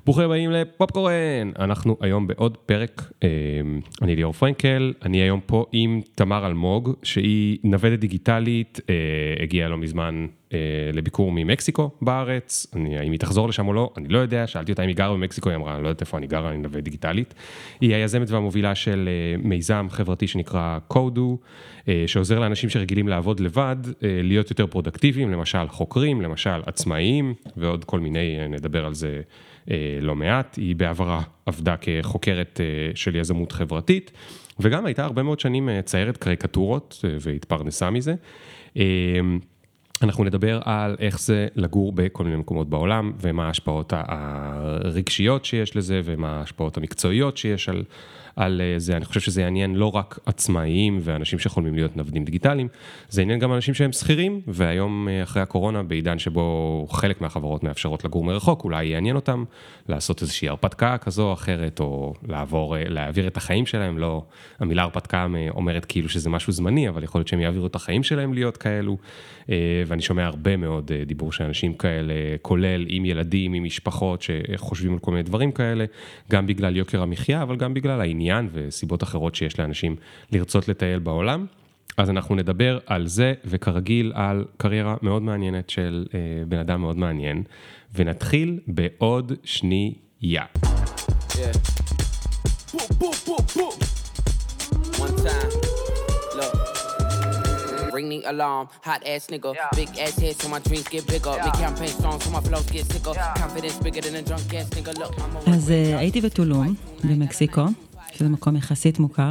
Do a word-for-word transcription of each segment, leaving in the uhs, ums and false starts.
ברוכים הבאים לפופקורן, אנחנו היום בעוד פרק, אני ליאור פרנקל, אני היום פה עם תמר אלמוג, שהיא נוודת דיגיטלית, הגיעה לא מזמן לביקור ממקסיקו בארץ, אני, האם היא תחזור לשם או לא, אני לא יודע, שאלתי אותה אם היא גרה במקסיקו, היא אמרה, לא יודעת איפה אני גרה, אני נוודת דיגיטלית, היא היזמת והמובילה של מיזם חברתי שנקרא קודו, שעוזר לאנשים שרגילים לעבוד לבד, להיות יותר פרודקטיביים, למשל חוקרים, למשל עצמאיים, ועוד כל מיני, נדבר על זה לא מעט, היא בעברה עבדה כחוקרת של יזמות חברתית, וגם הייתה הרבה מאוד שנים ציירת קריקטורות, והתפרנסה מזה. אנחנו נדבר על איך זה לגור בכל מיני מקומות בעולם, ומה ההשפעות הרגשיות שיש לזה, ומה ההשפעות המקצועיות שיש על, על זה. אני חושב שזה יעניין לא רק עצמאיים ואנשים שיכולים להיות נוודים דיגיטליים, זה יעניין גם אנשים שהם שכירים, והיום אחרי הקורונה, בעידן שבו חלק מהחברות מאפשרות לגור מרחוק, אולי יעניין אותם לעשות איזושהי הרפתקה כזו או אחרת, או לעבור, להעביר את החיים שלהם. לא, המילה הרפתקה אומרת כאילו שזה משהו זמני, אבל יכול להיות שהם יעבירו את החיים שלהם להיות כאלו, ואני שומע הרבה מאוד דיבור שאנשים כאלה, כולל עם ילדים, עם משפחות שחושבים על כל מיני דברים כאלה, גם בגלל יוקר המחיה, אבל גם בגלל העניין וסיבות אחרות שיש לאנשים לרצות לטייל בעולם. אז אנחנו נדבר על זה, וכרגיל על קריירה מאוד מעניינת של בן אדם מאוד מעניין, ונתחיל בעוד שנייה. Yeah. Boop, boop, boop, boop. One time. Look. Ring the alarm, hot ass nigga, yeah. Big ass head so my dreams get bigger, yeah. Make campaign songs so my flows get sicker, yeah. Confidence bigger than a drunk ass nigga, look. אז הייתי בטולום, במקסיקו, שזה מקום יחסית מוכר,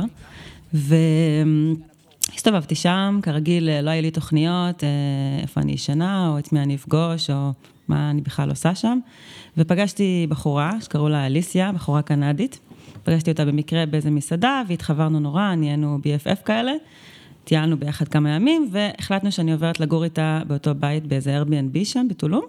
והסתובבתי שם, כרגיל לא היה לי תוכניות, איפה אני ישנה, או את מי אני אפגוש, או מה אני בכלל עושה שם, ופגשתי בחורה, שקראו לה אליסיה, בחורה קנדית, פגשתי אותה במקרה באיזה מסעדה, והתחברנו נורא, נהיינו בי אף אף כאלה, טיילנו ביחד כמה ימים, והחלטנו שאני עוברת לגור איתה באותו בית, באיזה Airbnb שם, בטולום.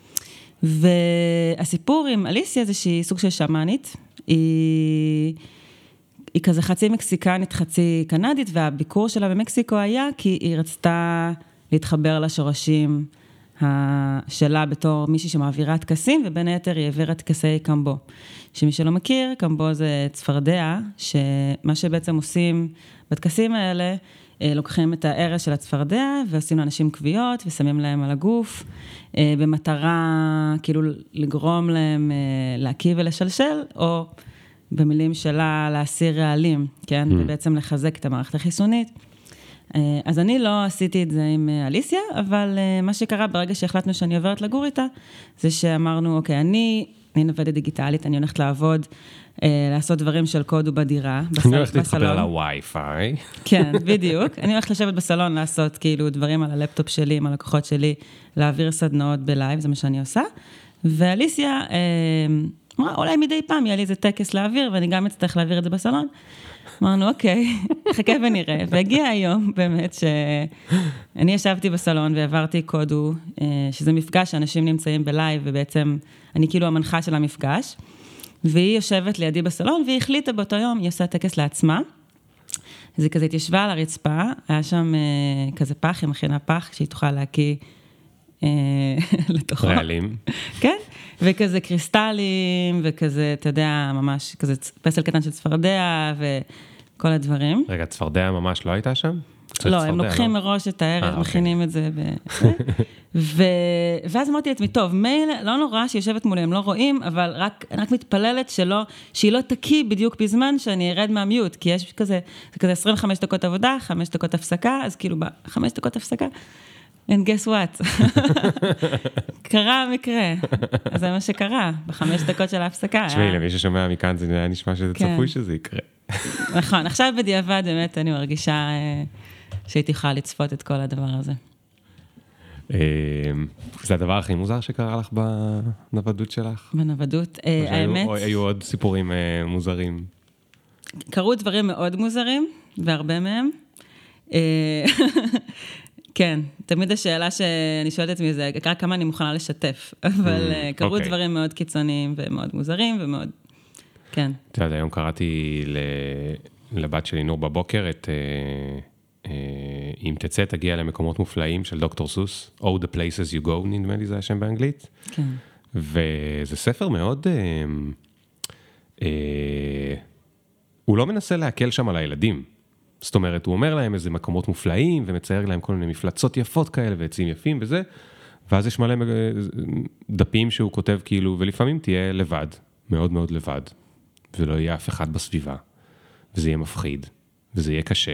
והסיפור עם אליסיה זה שהיא סוג של שמאנית, היא, היא כזה חצי מקסיקנית, חצי קנדית, והביקור שלה במקסיקו היה כי היא רצתה להתחבר לשורשים שלה בתור מישהי שמעבירה טקסים, ובין היתר היא העבירה טקסי קמבו. שמי שלא מכיר, קמבו זה צפרדע, שמה שבעצם עושים בטקסים האלה, לוקחים את הערש של הצפרדע, ועושים לאנשים קביעות, ושמים להם על הגוף, במטרה כאילו לגרום להם להקיא ולשלשל, או במילים שלה להסיר רעלים, כן? Mm. ובעצם לחזק את המערכת החיסונית. אז אני לא עשיתי את זה עם אליסיה, אבל מה שקרה ברגע שהחלטנו שאני עוברת לגור איתה, זה שאמרנו, אוקיי, אני, אני נוודת דיגיטלית, אני הולכת לעבוד, לעשות דברים של קודו בדירה, אני הולכת להתחבר לווי-פיי. כן, בדיוק. אני הולכת לשבת בסלון, לעשות כאילו דברים על הלפטופ שלי, עם הלקוחות שלי, להעביר סדנאות בלייב, זה מה שאני עושה. ואליסיה, אמרה, אולי מדי פעם יהיה לי איזה טקס להעביר, ואני גם אצטרך להעביר את זה בסלון. אמרנו, אוקיי, חכה ונראה. והגיע היום באמת שאני ישבתי בסלון והעברתי קודו, שזה מפגש שאנשים נמצאים בלייב, ובעצם אני כאילו המנחה של המפגש. והיא יושבת לידי בסלון, והיא החליטה באותו יום, היא עושה טקס לעצמה. אז היא כזה התיישבה על הרצפה, היה שם אה, כזה פח, היא מכינה פח, שהיא תוכל להקיא אה, לתוכו. רעלים. כן, וכזה קריסטלים, וכזה, אתה יודע, ממש, כזה פסל קטן של צפרדע, וכל הדברים. רגע, צפרדע ממש לא הייתה שם? לא, הם לוקחים מראש את הערב, מכינים את זה. ואז אמרתי לעצמי, טוב, מילא, לא נורא שיושבת מולי, הם לא רואים, אבל אני רק מתפללת שהיא לא תקיא בדיוק בזמן שאני ארד מהמיוט, כי יש כזה, זה כזה עשרים וחמש דקות עבודה, חמש דקות הפסקה, אז כאילו בחמש דקות הפסקה, and guess what? קרה המקרה. אז זה מה שקרה, בחמש דקות של ההפסקה. תשמעי, למי ששומע מכאן, זה היה נשמע שזה צפוי שזה יקרה. נכון, עכשיו בדיעבד, באמת, אני מרגישה שהייתי יכולה לצפות את כל הדבר הזה. זה הדבר הכי מוזר שקרה לך בנוודות שלך? בנוודות, האמת... או היו עוד סיפורים מוזרים? קרו דברים מאוד מוזרים, והרבה מהם. כן, תמיד השאלה שאני שואלת את מי זה, כמה אני מוכנה לשתף, אבל קרו דברים מאוד קיצוניים ומאוד מוזרים ומאוד... כן. אתה יודע, היום קראתי לבת שלי נור בבוקר את... אם תצא, תגיע למקומות מופלאים של דוקטור סוס, All the places you go, נדמה לי זה השם באנגלית. כן. וזה ספר מאוד, אה, אה, הוא לא מנסה להקל שם על הילדים. זאת אומרת, הוא אומר להם איזה מקומות מופלאים, ומצייר להם כל מיני מפלצות יפות כאלה, ועצים יפים וזה, ואז יש מלא דפים שהוא כותב כאילו, ולפעמים תהיה לבד, מאוד מאוד לבד, ולא יהיה אף אחד בסביבה, וזה יהיה מפחיד, וזה יהיה קשה,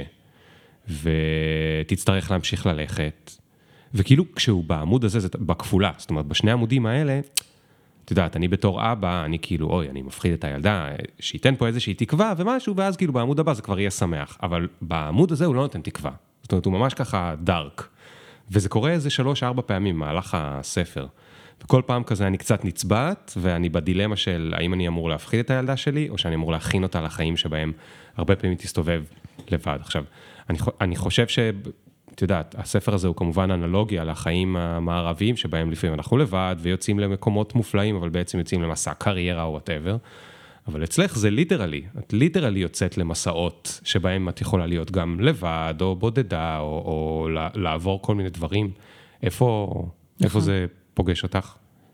ותצטרך להמשיך ללכת, וכאילו כשהוא בעמוד הזה, זה בכפולה, זאת אומרת, בשני עמודים האלה, את יודעת, אני בתור אבא, אני כאילו, אוי, אני מפחיד את הילדה, שייתן פה איזושהי תקווה ומשהו, ואז כאילו בעמוד הבא זה כבר יהיה שמח, אבל בעמוד הזה הוא לא נותן תקווה, זאת אומרת, הוא ממש ככה דארק, וזה קורה איזה שלוש, ארבע פעמים במהלך הספר, וכל פעם כזה אני קצת נצבעת, ואני בדילמה של האם אני אמור להפחיד את הילדה שלי, או שאני אמור להכין אותה לחיים שבהם הרבה פעמים תסתובב לבד. עכשיו, אני, אני חושב ש... את יודעת, הספר הזה הוא כמובן אנלוגיה לחיים המערביים, שבהם לפעמים אנחנו לבד, ויוצאים למקומות מופלאים, אבל בעצם יוצאים למסע קריירה או whatever. אבל אצלך זה ליטרלי, את ליטרלי יוצאת למסעות, שבהם את יכולה להיות גם לבד, או בודדה, או, או לעבור כל מיני דברים. איפה, איפה זה פוגש אותך?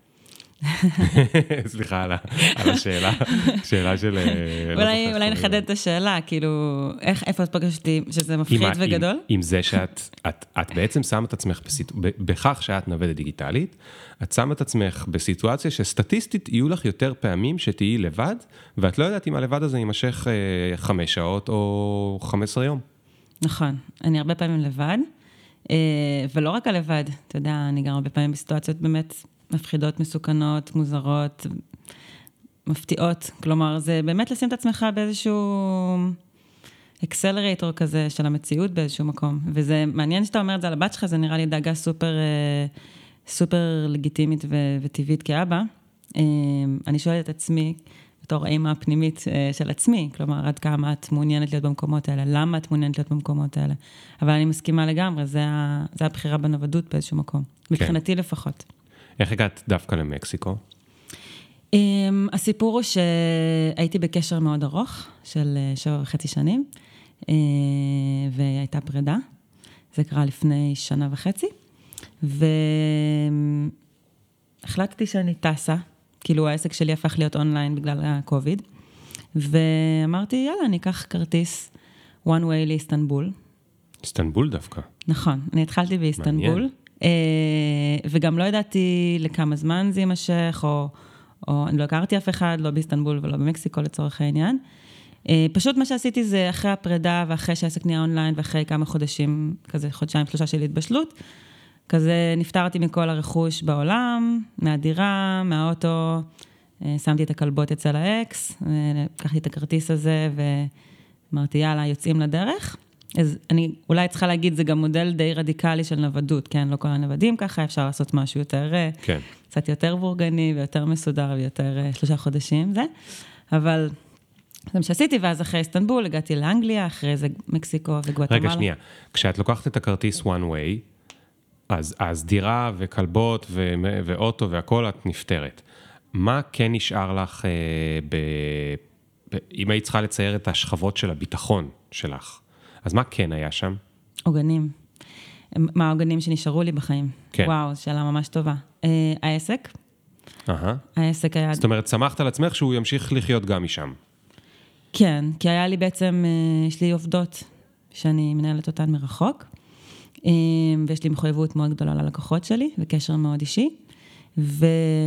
סליחה על השאלה, שאלה של... אולי נחדד את השאלה, כאילו, איפה את פוגשתי שזה מפחיד וגדול? עם זה שאת בעצם שמת את עצמך, בכך שאת נוודת דיגיטלית, את שמת את עצמך בסיטואציה שסטטיסטית יהיו לך יותר פעמים שתהיי לבד, ואת לא יודעת אם הלבד הזה יימשך חמש שעות או חמש עשרה יום. נכון, אני הרבה פעמים לבד, ולא רק הלבד, אתה יודע, אני גם הרבה פעמים בסיטואציות באמת מפחידות, מסוכנות, מוזרות, מפתיעות. כלומר, זה באמת לשים את עצמך באיזשהו אקסלרייטור כזה של המציאות באיזשהו מקום. וזה מעניין שאתה אומר את זה על הבת שלך, זה נראה לי דאגה סופר, סופר לגיטימית וטבעית כאבא. אני שואלת את עצמי, בתור האמא הפנימית של עצמי, כלומר, עד כמה את מעוניינת להיות במקומות האלה, למה את מעוניינת להיות במקומות האלה. אבל אני מסכימה לגמרי, זה, זה הבחירה בנוודות באיזשהו מקום. מבחינתי לפחות. איך הגעת דווקא למקסיקו? הסיפור הוא שהייתי בקשר מאוד ארוך, של שבע וחצי שנים, והייתה פרידה. זה קרה לפני שנה וחצי, והחלטתי שאני טסה, כאילו העסק שלי הפך להיות אונליין בגלל הקוביד, ואמרתי, יאללה, אני אקח כרטיס one way לאיסטנבול. איסטנבול דווקא? נכון, אני התחלתי באיסטנבול. מעניין. וגם לא ידעתי לכמה זמן זה יימשך, או, או אני לא הכרתי אף אחד, לא באיסטנבול ולא במקסיקו לצורך העניין. פשוט מה שעשיתי זה אחרי הפרידה, ואחרי שהעסק נהיה אונליין, ואחרי כמה חודשים, כזה חודשיים, שלושה של התבשלות, כזה נפטרתי מכל הרכוש בעולם, מהדירה, מהאוטו, שמתי את הכלבות אצל האקס, לקחתי את הכרטיס הזה, ואמרתי, יאללה, יוצאים לדרך. אז אני אולי צריכה להגיד, זה גם מודל די רדיקלי של נוודות, כן? לא כל הנוודים ככה, אפשר לעשות משהו יותר, כן. קצת יותר בורגני, ויותר מסודר, ויותר שלושה חודשים, זה. אבל זה מה שעשיתי, ואז אחרי איסטנבול, הגעתי לאנגליה, אחרי זה מקסיקו וגואטמלה. רגע, שנייה. כשאת לוקחת את הכרטיס one way, אז, אז דירה וכלבות ו- ואוטו והכל, את נפטרת. מה כן נשאר לך, אה, ב- ב- אם היית צריכה לצייר את השכבות של הביטחון שלך? אז מה כן היה שם? עוגנים. מה העוגנים שנשארו לי בחיים? כן. וואו, שאלה ממש טובה. אה, העסק. אהה. העסק היה... זאת אומרת, שמחת על עצמך שהוא ימשיך לחיות גם משם. כן, כי היה לי בעצם, יש לי עובדות שאני מנהלת אותן מרחוק, ויש לי מחויבות מאוד גדולה ללקוחות שלי, וקשר מאוד אישי, ו...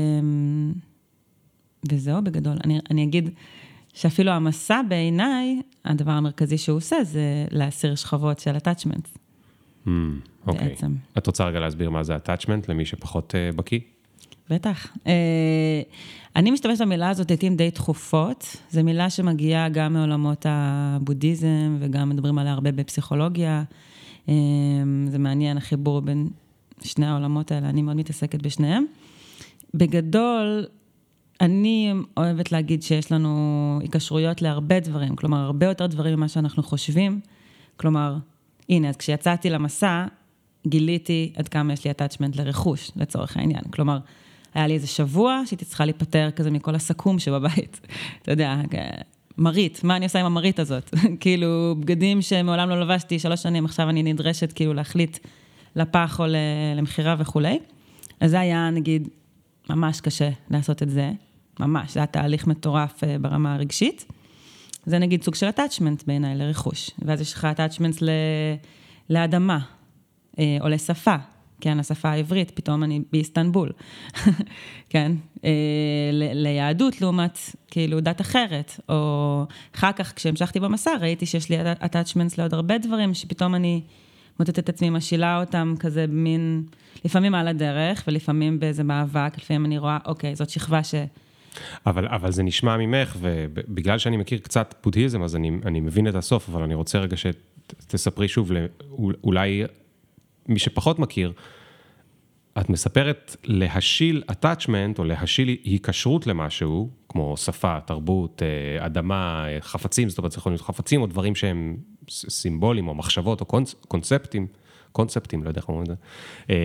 וזהו בגדול. אני, אני אגיד שאפילו המסע בעיניי, הדבר המרכזי שהוא עושה, זה להסיר שכבות של attachments. Mm, אוקיי. בעצם. את רוצה רגע להסביר מה זה attachment, למי שפחות uh, בקיא? בטח. Uh, אני משתמשת במילה הזאת לעתים די תכופות, זו מילה שמגיעה גם מעולמות הבודהיזם, וגם מדברים עליה הרבה בפסיכולוגיה, uh, זה מעניין החיבור בין שני העולמות האלה, אני מאוד מתעסקת בשניהם. בגדול, אני אוהבת להגיד שיש לנו היקשרויות להרבה דברים, כלומר, הרבה יותר דברים ממה שאנחנו חושבים, כלומר, הנה, אז כשיצאתי למסע, גיליתי עד כמה יש לי attachment לרכוש, לצורך העניין, כלומר, היה לי איזה שבוע שהייתי צריכה להיפטר כזה מכל הסכום שבבית, אתה יודע, מרית, מה אני עושה עם המרית הזאת? כאילו, בגדים שמעולם לא לבשתי שלוש שנים, עכשיו אני נדרשת כאילו להחליט לפח או למחירה וכו'. אז זה היה, נגיד, ממש קשה לעשות את זה, ממש, זה היה תהליך מטורף ברמה הרגשית. זה נגיד סוג של attachment בעיניי לרכוש, ואז יש לך attachments ל... לאדמה, או לשפה, כן, השפה העברית, פתאום אני באיסטנבול, כן, ל... ליהדות לעומת, כאילו, דת אחרת, או אחר כך כשהמשכתי במסע, ראיתי שיש לי attachments לעוד הרבה דברים, שפתאום אני מוטט את עצמי, משילה אותם כזה במין, לפעמים על הדרך, ולפעמים באיזה מאבק, לפעמים אני רואה, אוקיי, זאת שכבה ש... אבל, אבל זה נשמע ממך, ובגלל שאני מכיר קצת בודהיזם, אז אני, אני מבין את הסוף, אבל אני רוצה רגע שתספרי שוב, אולי מי שפחות מכיר, את מספרת להשיל attachment, או להשיל היקשרות למשהו, כמו שפה, תרבות, אדמה, חפצים, זאת אומרת, זה יכול להיות חפצים, או דברים שהם סימבולים, או מחשבות, או קונספטים, קונספטים, לא יודע איך אומרים את זה,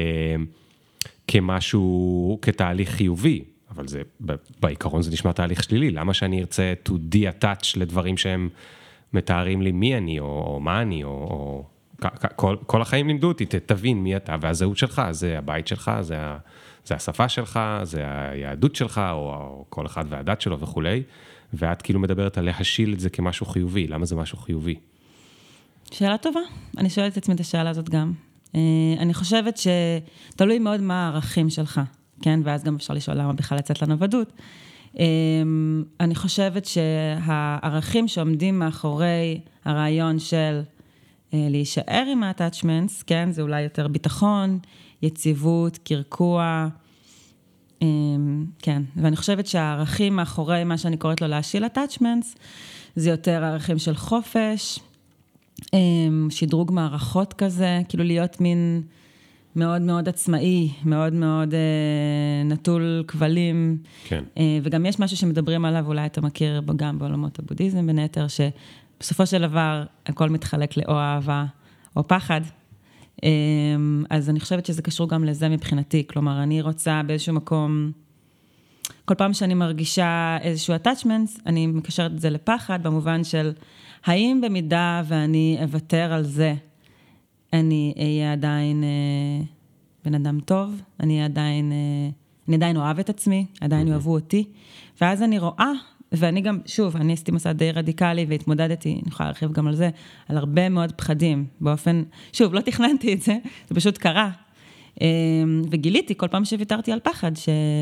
כמשהו, כתהליך חיובי. אבל זה, בעיקרון זה נשמע תהליך שלילי, למה שאני ארצה to de-attach לדברים שהם מתארים לי מי אני, או, או מה אני, או, או כל, כל החיים לימדו אותי, תבין מי אתה, והזהות שלך, זה הבית שלך, זה, זה השפה שלך, זה היהדות שלך, או, או כל אחד והדת שלו וכולי, ואת כאילו מדברת על להשיל את זה כמשהו חיובי, למה זה משהו חיובי? שאלה טובה, אני שואלת את עצמי את השאלה הזאת גם. אני חושבת שתלוי מאוד מה הערכים שלך. כן, ואז גם אפשר לשאול למה בכלל לצאת לנוודות. אני חושבת שהערכים שעומדים מאחורי הרעיון של להישאר עם ה-attachments, כן, זה אולי יותר ביטחון, יציבות, קרקוע, כן, ואני חושבת שהערכים מאחורי מה שאני קוראת לו להשיל attachments, זה יותר ערכים של חופש, שדרוג מערכות כזה, כאילו להיות מין... מאוד מאוד עצמאי, מאוד מאוד אה, נטול כבלים. כן. אה, וגם יש משהו שמדברים עליו, אולי אתה מכיר גם בעולמות הבודהיזם, בין היתר, שבסופו של דבר הכל מתחלק לאו אהבה או פחד. אה, אז אני חושבת שזה קשור גם לזה מבחינתי. כלומר, אני רוצה באיזשהו מקום, כל פעם שאני מרגישה איזשהו attachment, אני מקשרת את זה לפחד, במובן של, האם במידה ואני אוותר על זה, אני אהיה עדיין אה, בן אדם טוב, אני עדיין, אה, אני עדיין אוהב את עצמי, עדיין mm-hmm. אוהבו אותי, ואז אני רואה, ואני גם, שוב, אני עשיתי מסע די רדיקלי, והתמודדתי, אני יכולה להרחיב גם על זה, על הרבה מאוד פחדים, באופן, שוב, לא תכננתי את זה, זה פשוט קרה, אה, וגיליתי כל פעם שוויתרתי על פחד,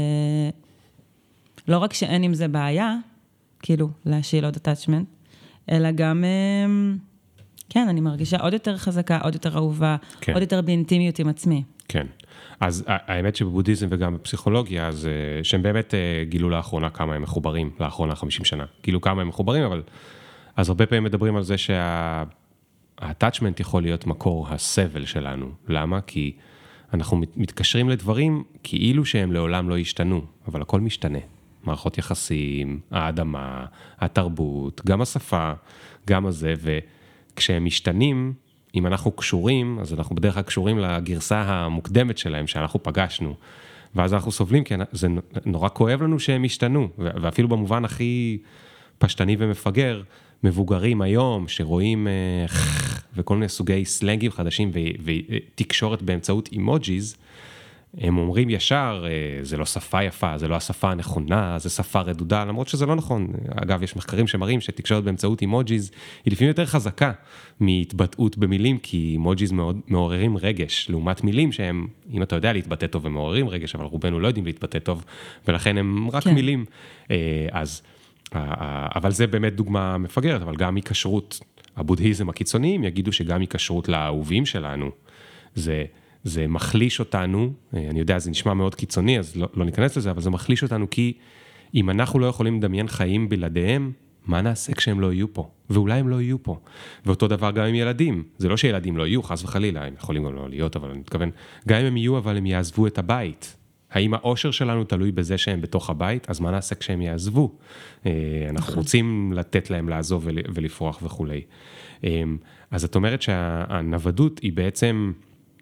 שלא רק שאין עם זה בעיה, כאילו, להשיל עוד attachment, אלא גם... אה, כן, אני מרגישה עוד יותר חזקה, עוד יותר אהובה, כן. עוד יותר באינטימיות עם עצמי. כן. אז האמת שבבודהיזם וגם בפסיכולוגיה, אז שהם באמת גילו לאחרונה כמה הם מחוברים, לאחרונה חמישים שנה. גילו כמה הם מחוברים, אבל אז הרבה פעמים מדברים על זה שה-attachment יכול להיות מקור הסבל שלנו. למה? כי אנחנו מתקשרים לדברים כאילו שהם לעולם לא ישתנו, אבל הכל משתנה. מערכות יחסים, האדמה, התרבות, גם השפה, גם הזה, ו... כשהם משתנים, אם אנחנו קשורים, אז אנחנו בדרך כלל קשורים לגרסה המוקדמת שלהם, שאנחנו פגשנו, ואז אנחנו סובלים, כי זה נורא כואב לנו שהם השתנו, ואפילו במובן הכי פשטני ומפגר, מבוגרים היום, שרואים וכל מיני סוגי סלנגים חדשים, ותקשורת באמצעות אימוג'יז, הם אומרים ישר, זה לא שפה יפה, זה לא השפה הנכונה, זה שפה רדודה, למרות שזה לא נכון. אגב, יש מחקרים שמראים שתקשורת באמצעות אימוג'יז היא לפעמים יותר חזקה מהתבטאות במילים, כי אימוג'יז מאוד מעוררים רגש, לעומת מילים שהם, אם אתה יודע להתבטא טוב, הם מעוררים רגש, אבל רובנו לא יודעים להתבטא טוב, ולכן הם רק כן. מילים. אז, אבל זה באמת דוגמה מפגרת, אבל גם היקשרות, הבודהיזם הקיצוניים יגידו שגם היקשרות לאהובים שלנו, זה... זה מחליש אותנו, אני יודע, זה נשמע מאוד קיצוני, אז לא, לא ניכנס לזה, אבל זה מחליש אותנו, כי אם אנחנו לא יכולים לדמיין חיים בלעדיהם, מה נעשה כשהם לא יהיו פה? ואולי הם לא יהיו פה. ואותו דבר גם עם ילדים. זה לא שילדים לא יהיו, חס וחלילה, הם יכולים גם לא להיות, אבל אני מתכוון, גם אם הם יהיו, אבל הם יעזבו את הבית. האם האושר שלנו תלוי בזה שהם בתוך הבית? אז מה נעשה כשהם יעזבו? אנחנו רוצים לתת להם לעזוב ולפרוח וכולי. אז את אומרת שהנוודות היא בעצם...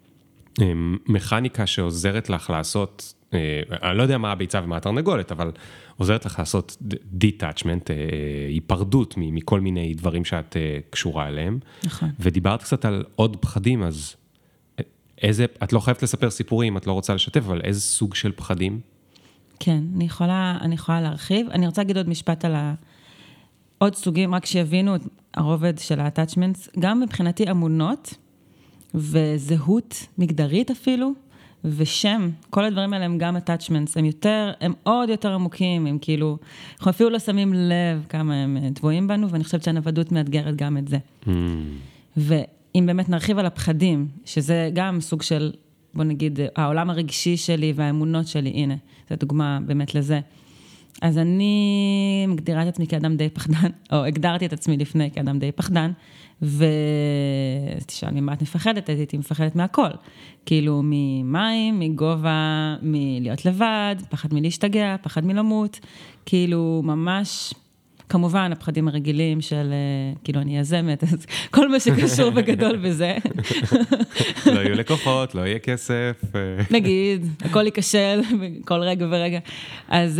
מכניקה שעוזרת לך לעשות, אני לא יודע מה הביצה ומה התרנגולת, אבל עוזרת לך לעשות detachment, היפרדות מכל מיני דברים שאת קשורה אליהם. נכון. ודיברת קצת על עוד פחדים, אז איזה, את לא חייבת לספר סיפורים, את לא רוצה לשתף, אבל איזה סוג של פחדים? כן, אני יכולה, אני יכולה להרחיב. אני רוצה להגיד עוד משפט על ה... עוד סוגים, רק שיבינו את הרובד של ה-attachments, גם מבחינתי אמונות וזהות מגדרית אפילו, ושם, כל הדברים האלה הם גם attachments, הם יותר, הם עוד יותר עמוקים, הם כאילו, אנחנו אפילו לא שמים לב כמה הם דבועים בנו, ואני חושבת שהנוודות מאתגרת גם את זה. Mm. ואם באמת נרחיב על הפחדים, שזה גם סוג של, בוא נגיד, העולם הרגשי שלי והאמונות שלי, הנה, זו דוגמה באמת לזה. אז אני מגדירה את עצמי כאדם די פחדן, או הגדרתי את עצמי לפני כאדם די פחדן, ותשאל ממה את מפחדת, הייתי מפחדת מהכל. כאילו ממים, מגובה, מלהיות לבד, פחד מלהשתגע, פחד מלמות, כאילו ממש, כמובן הפחדים הרגילים של, כאילו אני יזמת, אז כל מה שקשור בגדול בזה. לא יהיו לקוחות, לא יהיה כסף. נגיד, הכל ייכשל, כל רגע ורגע. אז,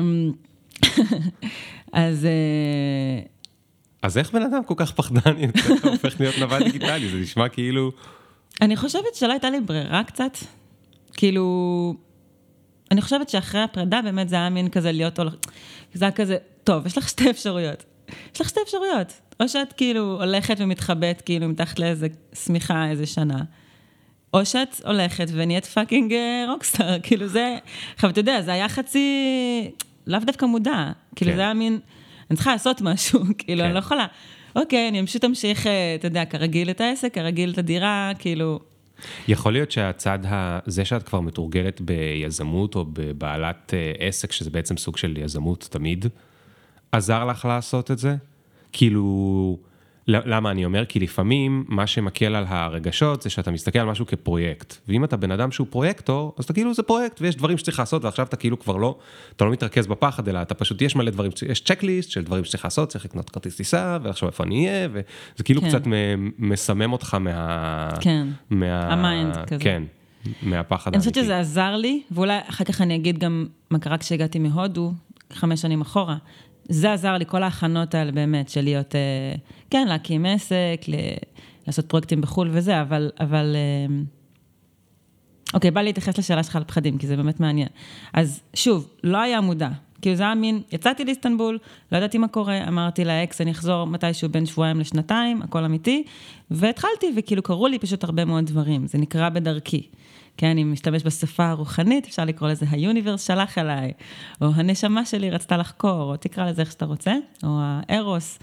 אז, אז איך בן אדם כל כך פחדן יוצא, הופך להיות נווד דיגיטלי? זה נשמע כאילו... אני חושבת שלא הייתה לי ברירה קצת. כאילו, אני חושבת שאחרי הפרידה באמת זה היה מין כזה להיות... זה היה כזה, טוב, יש לך שתי אפשרויות. יש לך שתי אפשרויות. או שאת כאילו הולכת ומתחבאת כאילו מתחת לאיזה סמיכה איזה שנה. או שאת הולכת ונהיית פאקינג רוקסטאר. כאילו זה... עכשיו, אתה יודע, זה היה חצי... לאו דווקא מודע. כאילו זה היה מין... אני צריכה לעשות משהו, כאילו, אני לא יכולה. אוקיי, אני פשוט אמשיך, אתה יודע, כרגיל את העסק, כרגיל את הדירה, כאילו... יכול להיות שהצד הזה שאת כבר מתורגלת ביזמות, או בבעלת עסק, שזה בעצם סוג של יזמות תמיד, עזר לך לעשות את זה? כאילו... למה אני אומר? כי לפעמים מה שמקל על הרגשות זה שאתה מסתכל על משהו כפרויקט. ואם אתה בן אדם שהוא פרויקטור, אז אתה כאילו זה פרויקט ויש דברים שצריך לעשות, ועכשיו אתה כאילו כבר לא, אתה לא מתרכז בפחד, אלא אתה פשוט, יש מלא דברים, יש צ'קליסט של דברים שצריך לעשות, צריך לקנות כרטיס טיסה, ולחשוב איפה אני אהיה, וזה כאילו כן. קצת מסמם אותך מה... כן, מה... המיינד כזה. כן, מהפחד. אני חושבת שזה עזר לי, ואולי אחר כך אני אגיד גם מה קרה כשהגעתי מהודו, חמש שנים אחורה. זה עזר לי, כל ההכנות האלה באמת, של להיות, כן, להקים עסק, לעשות פרויקטים בחול וזה, אבל, אבל, אוקיי, בא להתייחס לשאלה שלך על פחדים, כי זה באמת מעניין. אז שוב, לא היה מודע, כאילו זה היה מין, יצאתי לאיסטנבול, לא ידעתי מה קורה, אמרתי לאקס, אני אחזור מתישהו בין שבועיים לשנתיים, הכל אמיתי, והתחלתי, וכאילו קראו לי פשוט הרבה מאוד דברים, זה נקרא בדרכי. כן, אני משתמש בשפה הרוחנית, אפשר לקרוא לזה, היוניברס שלח אליי, או הנשמה שלי רצתה לחקור, או תקרא לזה איך שאתה רוצה, או הארוס,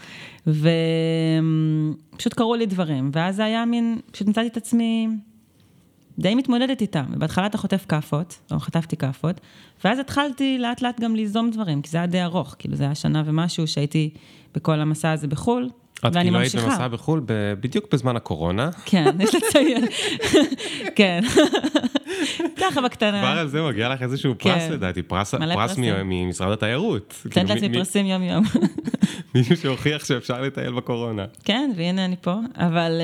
ופשוט קראו לי דברים, ואז זה היה מין, פשוט מצאתי את עצמי די מתמודדת איתם, ובהתחלה אתה חוטף כפות, או חטפתי כפות, ואז התחלתי לאט לאט גם ליזום דברים, כי זה היה די ארוך, כאילו זה היה שנה ומשהו שהייתי בכל המסע הזה בחול, את כאילו היית במסע בחול בדיוק בזמן הקורונה. כן, יש לציין. כן. ככה בקטנה. כבר על זה מגיע לך איזשהו פרס לדעתי, פרס ממשרד התיירות. תן לעצמי פרסים יום יום. מישהו שהוכיח שאפשר לטייל בקורונה. כן, והנה אני פה, אבל...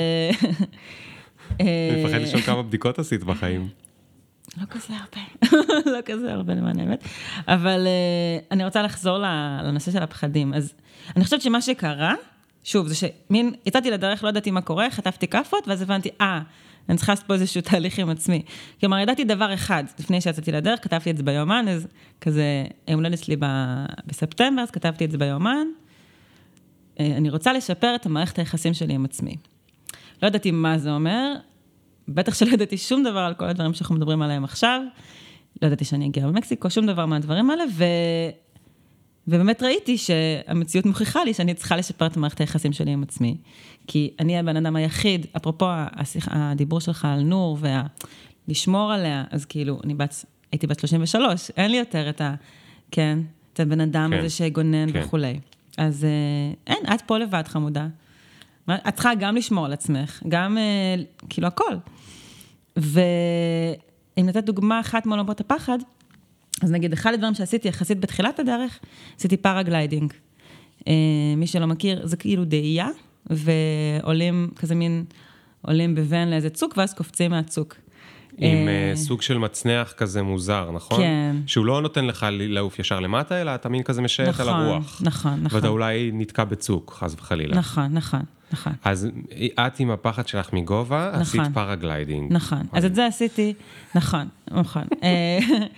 אני מפחד לשאול כמה בדיקות עשית בחיים. לא כזה הרבה, לא כזה הרבה למען האמת, אבל אני רוצה לחזור לנושא של הפחדים. אז אני חושבת שמה שקרה, שוב, זה שמין, יצאתי לדרך, לא ידעתי מה קורה, חטפתי כפות, ואז הבנתי, אה, אני צריכה לעשות פה איזשהו תהליך עם עצמי. כלומר, ידעתי דבר אחד, לפני שיצאתי לדרך, כתבתי את זה ביומן, אז כזה, הם הולד אצלי בספטמבר, אז כתבתי את זה ביומן, אני רוצה לשפר את המערכת היחסים שלי עם עצמי. לא ידעתי מה זה אומר, בטח שלא ידעתי שום דבר על כל הדברים שאנחנו מדברים עליהם עכשיו, לא ידעתי שאני אגיע במקסיקו, שום דבר מהדברים האלה, ו... ובאמת ראיתי שהמציאות מוכיחה לי שאני צריכה לשפר את המערכת היחסים שלי עם עצמי, כי אני הבן אדם היחיד, אפרופו הדיבור שלך על נור, ולשמור עליה, אז כאילו, אני בת, הייתי בת שלושים ושלוש, אין לי יותר את ה... כן, את הבן אדם הזה שגונן וכולי. אז אין, את פה לבד חמודה. את צריכה גם לשמור על עצמך, גם כאילו הכל. ואם נתת דוגמה אחת מעולמות הפחד, אז נגיד, אחד הדברים שעשיתי יחסית בתחילת הדרך, עשיתי פאראגליידינג. מי שלא מכיר, זה כאילו דאייה, ועולים כזה מין, עולים בוון לאיזה צוק, ואז קופצים מהצוק. עם סוג של מצנח כזה מוזר, נכון? כן. שהוא לא נותן לך לעוף ישר למטה, אלא אתה מין כזה משייט על הרוח. נכון, נכון. ואתה אולי נתקע בצוק, חס וחלילה. נכון, נכון, נכון. אז את עם הפחד שלך מגובה, עשית פאראגליידינג. נכון, אז את זה עשיתי, נכון, נכון.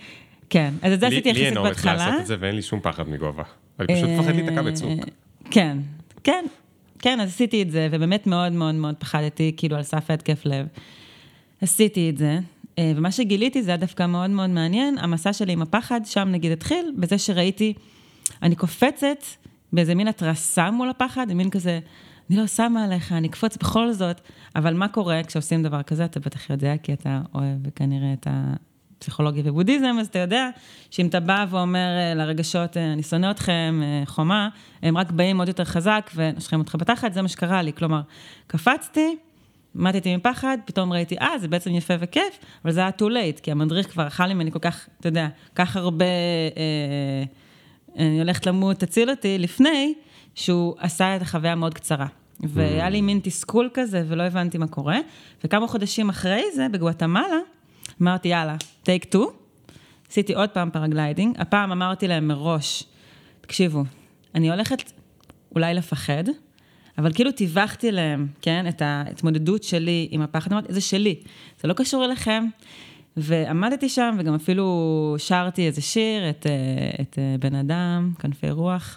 כן, אז את זה עשיתי יחסית בהתחלה. לי אין אומץ לעשות את זה ואין לי שום פחד מגובה. אני פשוט מפחד להתקע בצוק. כן, כן, כן, אז עשיתי את זה, ובאמת מאוד מאוד מאוד פחדתי, כאילו על סף התקף לב. עשיתי את זה, ומה שגיליתי זה היה דווקא מאוד מאוד מעניין, המסע שלי עם הפחד, שם נגיד התחיל, בזה שראיתי, אני קופצת באיזה מין התרסה מול הפחד, מין כזה, אני לא שמה עליך, אני אקפוץ בכל זאת, אבל מה קורה כשעושים דבר כזה, אתה בטח יודע, כי אתה אוהב כנראה את הפסיכולוגיה ובודהיזם, אז אתה יודע שאם אתה בא ואומר לרגשות, אני שונא אתכם, חומה, הם רק באים עוד יותר חזק ונושכים אותך בתחת, זה מה שקרה לי, כלומר, קפצתי, מתתי מפחד, פתאום ראיתי, אה, זה בעצם יפה וכיף, אבל זה היה too late, כי המדריך כבר אכל ממני כל כך, אתה יודע, כך הרבה, אה, אני הולכת למות, תציל אותי, לפני שהוא עשה את החוויה מאוד קצרה. והיה לי מין תסכול כזה, ולא הבנתי מה קורה. וכמה חודשים אחרי זה, בגואטמלה, אמרתי, יאללה, take two. עשיתי עוד פעם פרגליידינג. הפעם אמרתי להם מראש, תקשיבו, אני הולכת אולי לפחד, אבל כאילו טיווחתי להם, כן, את ההתמודדות שלי עם הפחד. אמרתי, זה שלי, זה לא קשור אליכם. ועמדתי שם, וגם אפילו שרתי איזה שיר, את, את בן אדם, כנפי רוח.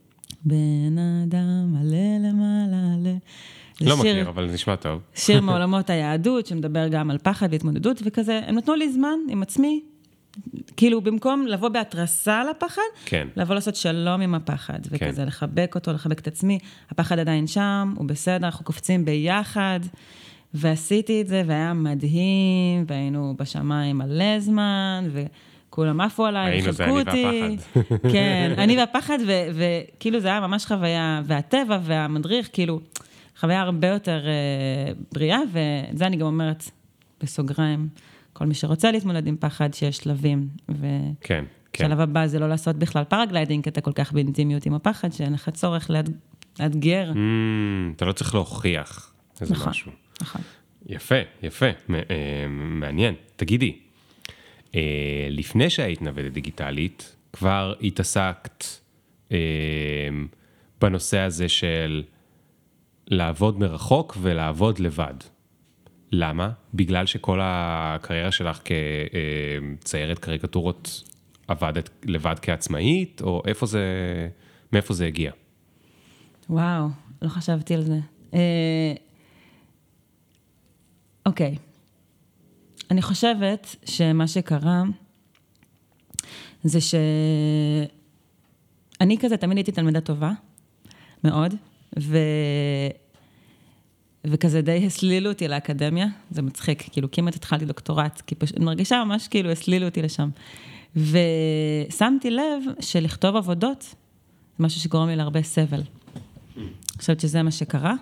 בן אדם, עלה למעלה, עלה. לא מכיר, אבל זה נשמע טוב. שיר מעולמות היהדות, שמדבר גם על פחד והתמודדות, וכזה, הם נתנו לי זמן עם עצמי, כאילו במקום לבוא בהתרסה לפחד, כן. לבוא לעשות שלום עם הפחד, וכזה לחבק אותו, לחבק את עצמי, הפחד עדיין שם, הוא בסדר, אנחנו קופצים ביחד, ועשיתי את זה, והיה מדהים, והיינו בשמיים מלא זמן, ו... כולם עפו עליי, וחבקו אותי. היינו, זה אני והפחד. כן, אני והפחד, וכאילו זה היה ממש חוויה, והטבע והמדריך, כאילו, חוויה הרבה יותר בריאה, ואת זה אני גם אומרת בסוגריים, כל מי שרוצה להתמודד עם פחד, שיש שלבים, כן, כן. שלב הבא זה לא לעשות בכלל פרגליידינג, כי אתה כל כך באינטימיות עם הפחד, שאין לך צורך לאתגר. אתה לא צריך להוכיח איזה משהו. נכון. יפה, יפה, מעניין. תגידי, לפני שהיית נוודת דיגיטלית, כבר התעסקת בנושא הזה של לעבוד מרחוק ולעבוד לבד. למה? בגלל שכל הקריירה שלך כציירת קריקטורות עבדת לבד כעצמאית, או איפה זה, מאיפה זה הגיע? וואו, לא חשבתי על זה. אוקיי. אני חושבת שמה שקרה, זה שאני כזה תמיד הייתי תלמידה טובה, מאוד, ו... וכזה די הסלילו אותי לאקדמיה, זה מצחיק, כאילו כמעט התחלתי דוקטורט, כי פשוט, אני מרגישה ממש כאילו הסלילו אותי לשם. ושמתי לב שלכתוב עבודות, זה משהו שגורם לי להרבה סבל. אני חושבת שזה מה שקרה.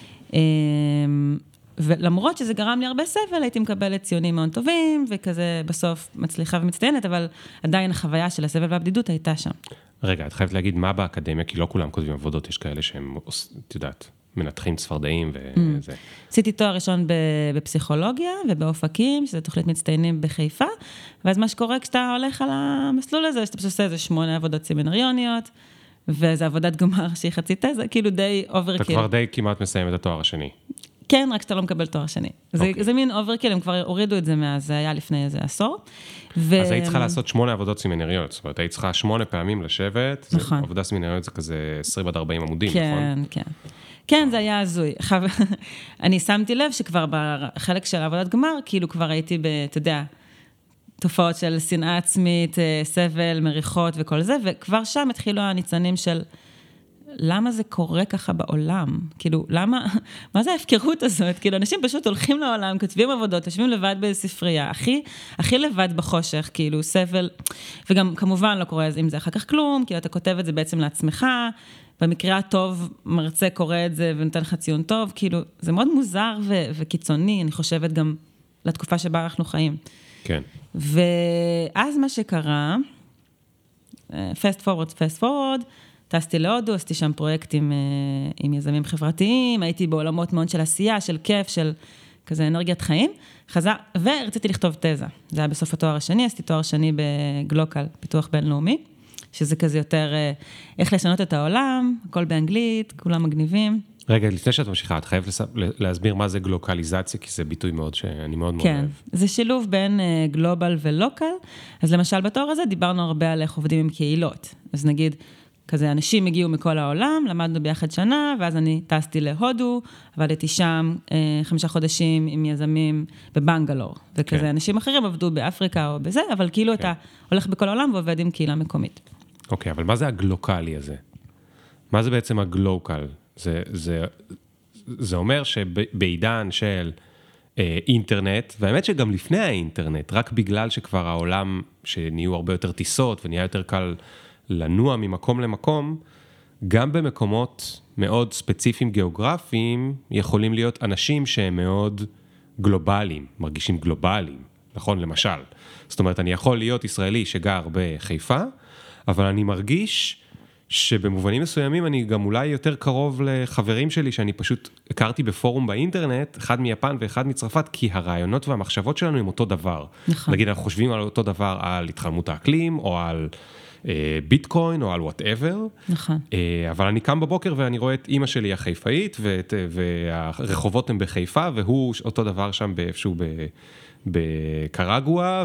ולמרות שזה גרם לי הרבה סבל, הייתי מקבלת ציונים מאוד טובים, וכזה בסוף מצליחה ומצטיינת, אבל עדיין החוויה של הסבל והבדידות הייתה שם. רגע, את חייבת להגיד מה באקדמיה, כי לא כולם כותבים עבודות, יש כאלה שהם, את יודעת, מנתחים צפרדעים וזה. עשיתי תואר ראשון בפסיכולוגיה ובאופקים, שזה תוכנית מצטיינים בחיפה, ואז מה שקורה כשאתה הולך על המסלול הזה, שאתה פשוט עושה איזה שמונה עבודות סמינריוניות, וזה עבודת גמר שהיא חצי תזה, כאילו די אוברקיל. אתה כבר די כמעט מסיים את התואר השני. כן, רק שאתה לא מקבל תואר שני. זה, זה מין אוברקיל, הם כבר הורידו את זה מאז, זה היה לפני איזה עשור. ו... אז היית צריכה לעשות שמונה עבודות סמינריות, זאת אומרת, היית צריכה שמונה פעמים לשבת, נכון. עבודה סמינריות זה כזה עשרים עד ארבעים עמודים, כן, נכון? כן, כן. כן, זה היה הזוי. אני שמתי לב שכבר בחלק של עבודת גמר, כאילו כבר הייתי, אתה יודע, תופעות של שנאה עצמית, סבל, מריחות וכל זה, וכבר שם התחילו הניצנים של... למה זה קורה ככה בעולם? כאילו, למה, מה זה ההפקרות הזאת? כאילו, אנשים פשוט הולכים לעולם, כותבים עבודות, יושבים לבד בספרייה, הכי, הכי לבד בחושך, כאילו, סבל, וגם כמובן לא קורה עם זה אחר כך כלום, כאילו, אתה כותב את זה בעצם לעצמך, במקרה הטוב, מרצה קורא את זה ונותן לך ציון טוב, כאילו, זה מאוד מוזר ו- וקיצוני, אני חושבת גם לתקופה שבה אנחנו חיים. כן. ואז מה שקרה, fast forward, fast forward, טסתי להודו, עשיתי שם פרויקטים עם יזמים חברתיים, הייתי בעולמות מאוד של עשייה, של כיף, של כזה אנרגיית חיים, חזר, ורציתי לכתוב תזה. זה היה בסוף התואר השני, עשיתי תואר שני בגלוקל, פיתוח בינלאומי, שזה כזה יותר איך לשנות את העולם, הכל באנגלית, כולם מגניבים. רגע, לפני שאת ממשיכה, את חייבת להסביר מה זה גלוקליזציה, כי זה ביטוי מאוד שאני מאוד מאוד אוהב. כן, זה שילוב בין גלובל ולוקל, אז למשל בתואר הזה דיברנו הרבה על איך עובדים עם קהילות, אז נגיד, כזה אנשים הגיעו מכל העולם, למדנו ביחד שנה, ואז אני טסתי להודו, עבדתי שם אה, חמישה חודשים עם יזמים בבנגלור, וכזה כן. אנשים אחרים עבדו באפריקה או בזה, אבל כאילו כן. אתה הולך בכל העולם ועובד עם קהילה מקומית. אוקיי, אבל מה זה הגלוקלי הזה? מה זה בעצם הגלוקל? זה, זה, זה אומר שבעידן של אה, אינטרנט, והאמת שגם לפני האינטרנט, רק בגלל שכבר העולם, שנהיו הרבה יותר טיסות, ונהיה יותר קל לנוע ממקום למקום, גם במקומות מאוד ספציפיים גיאוגרפיים, יכולים להיות אנשים שהם מאוד גלובליים, מרגישים גלובליים, נכון? למשל. זאת אומרת, אני יכול להיות ישראלי שגר בחיפה, אבל אני מרגיש שבמובנים מסוימים אני גם אולי יותר קרוב לחברים שלי, שאני פשוט הכרתי בפורום באינטרנט, אחד מיפן ואחד מצרפת, כי הרעיונות והמחשבות שלנו הם אותו דבר. נכון. נגיד, אנחנו חושבים על אותו דבר, על התחממות האקלים, או על ביטקוין או על whatever. נכון. אבל אני קם בבוקר ואני רואה את אמא שלי החיפאית, והרחובות הם בחיפה, והוא אותו דבר שם באיפשהו בקרגואה,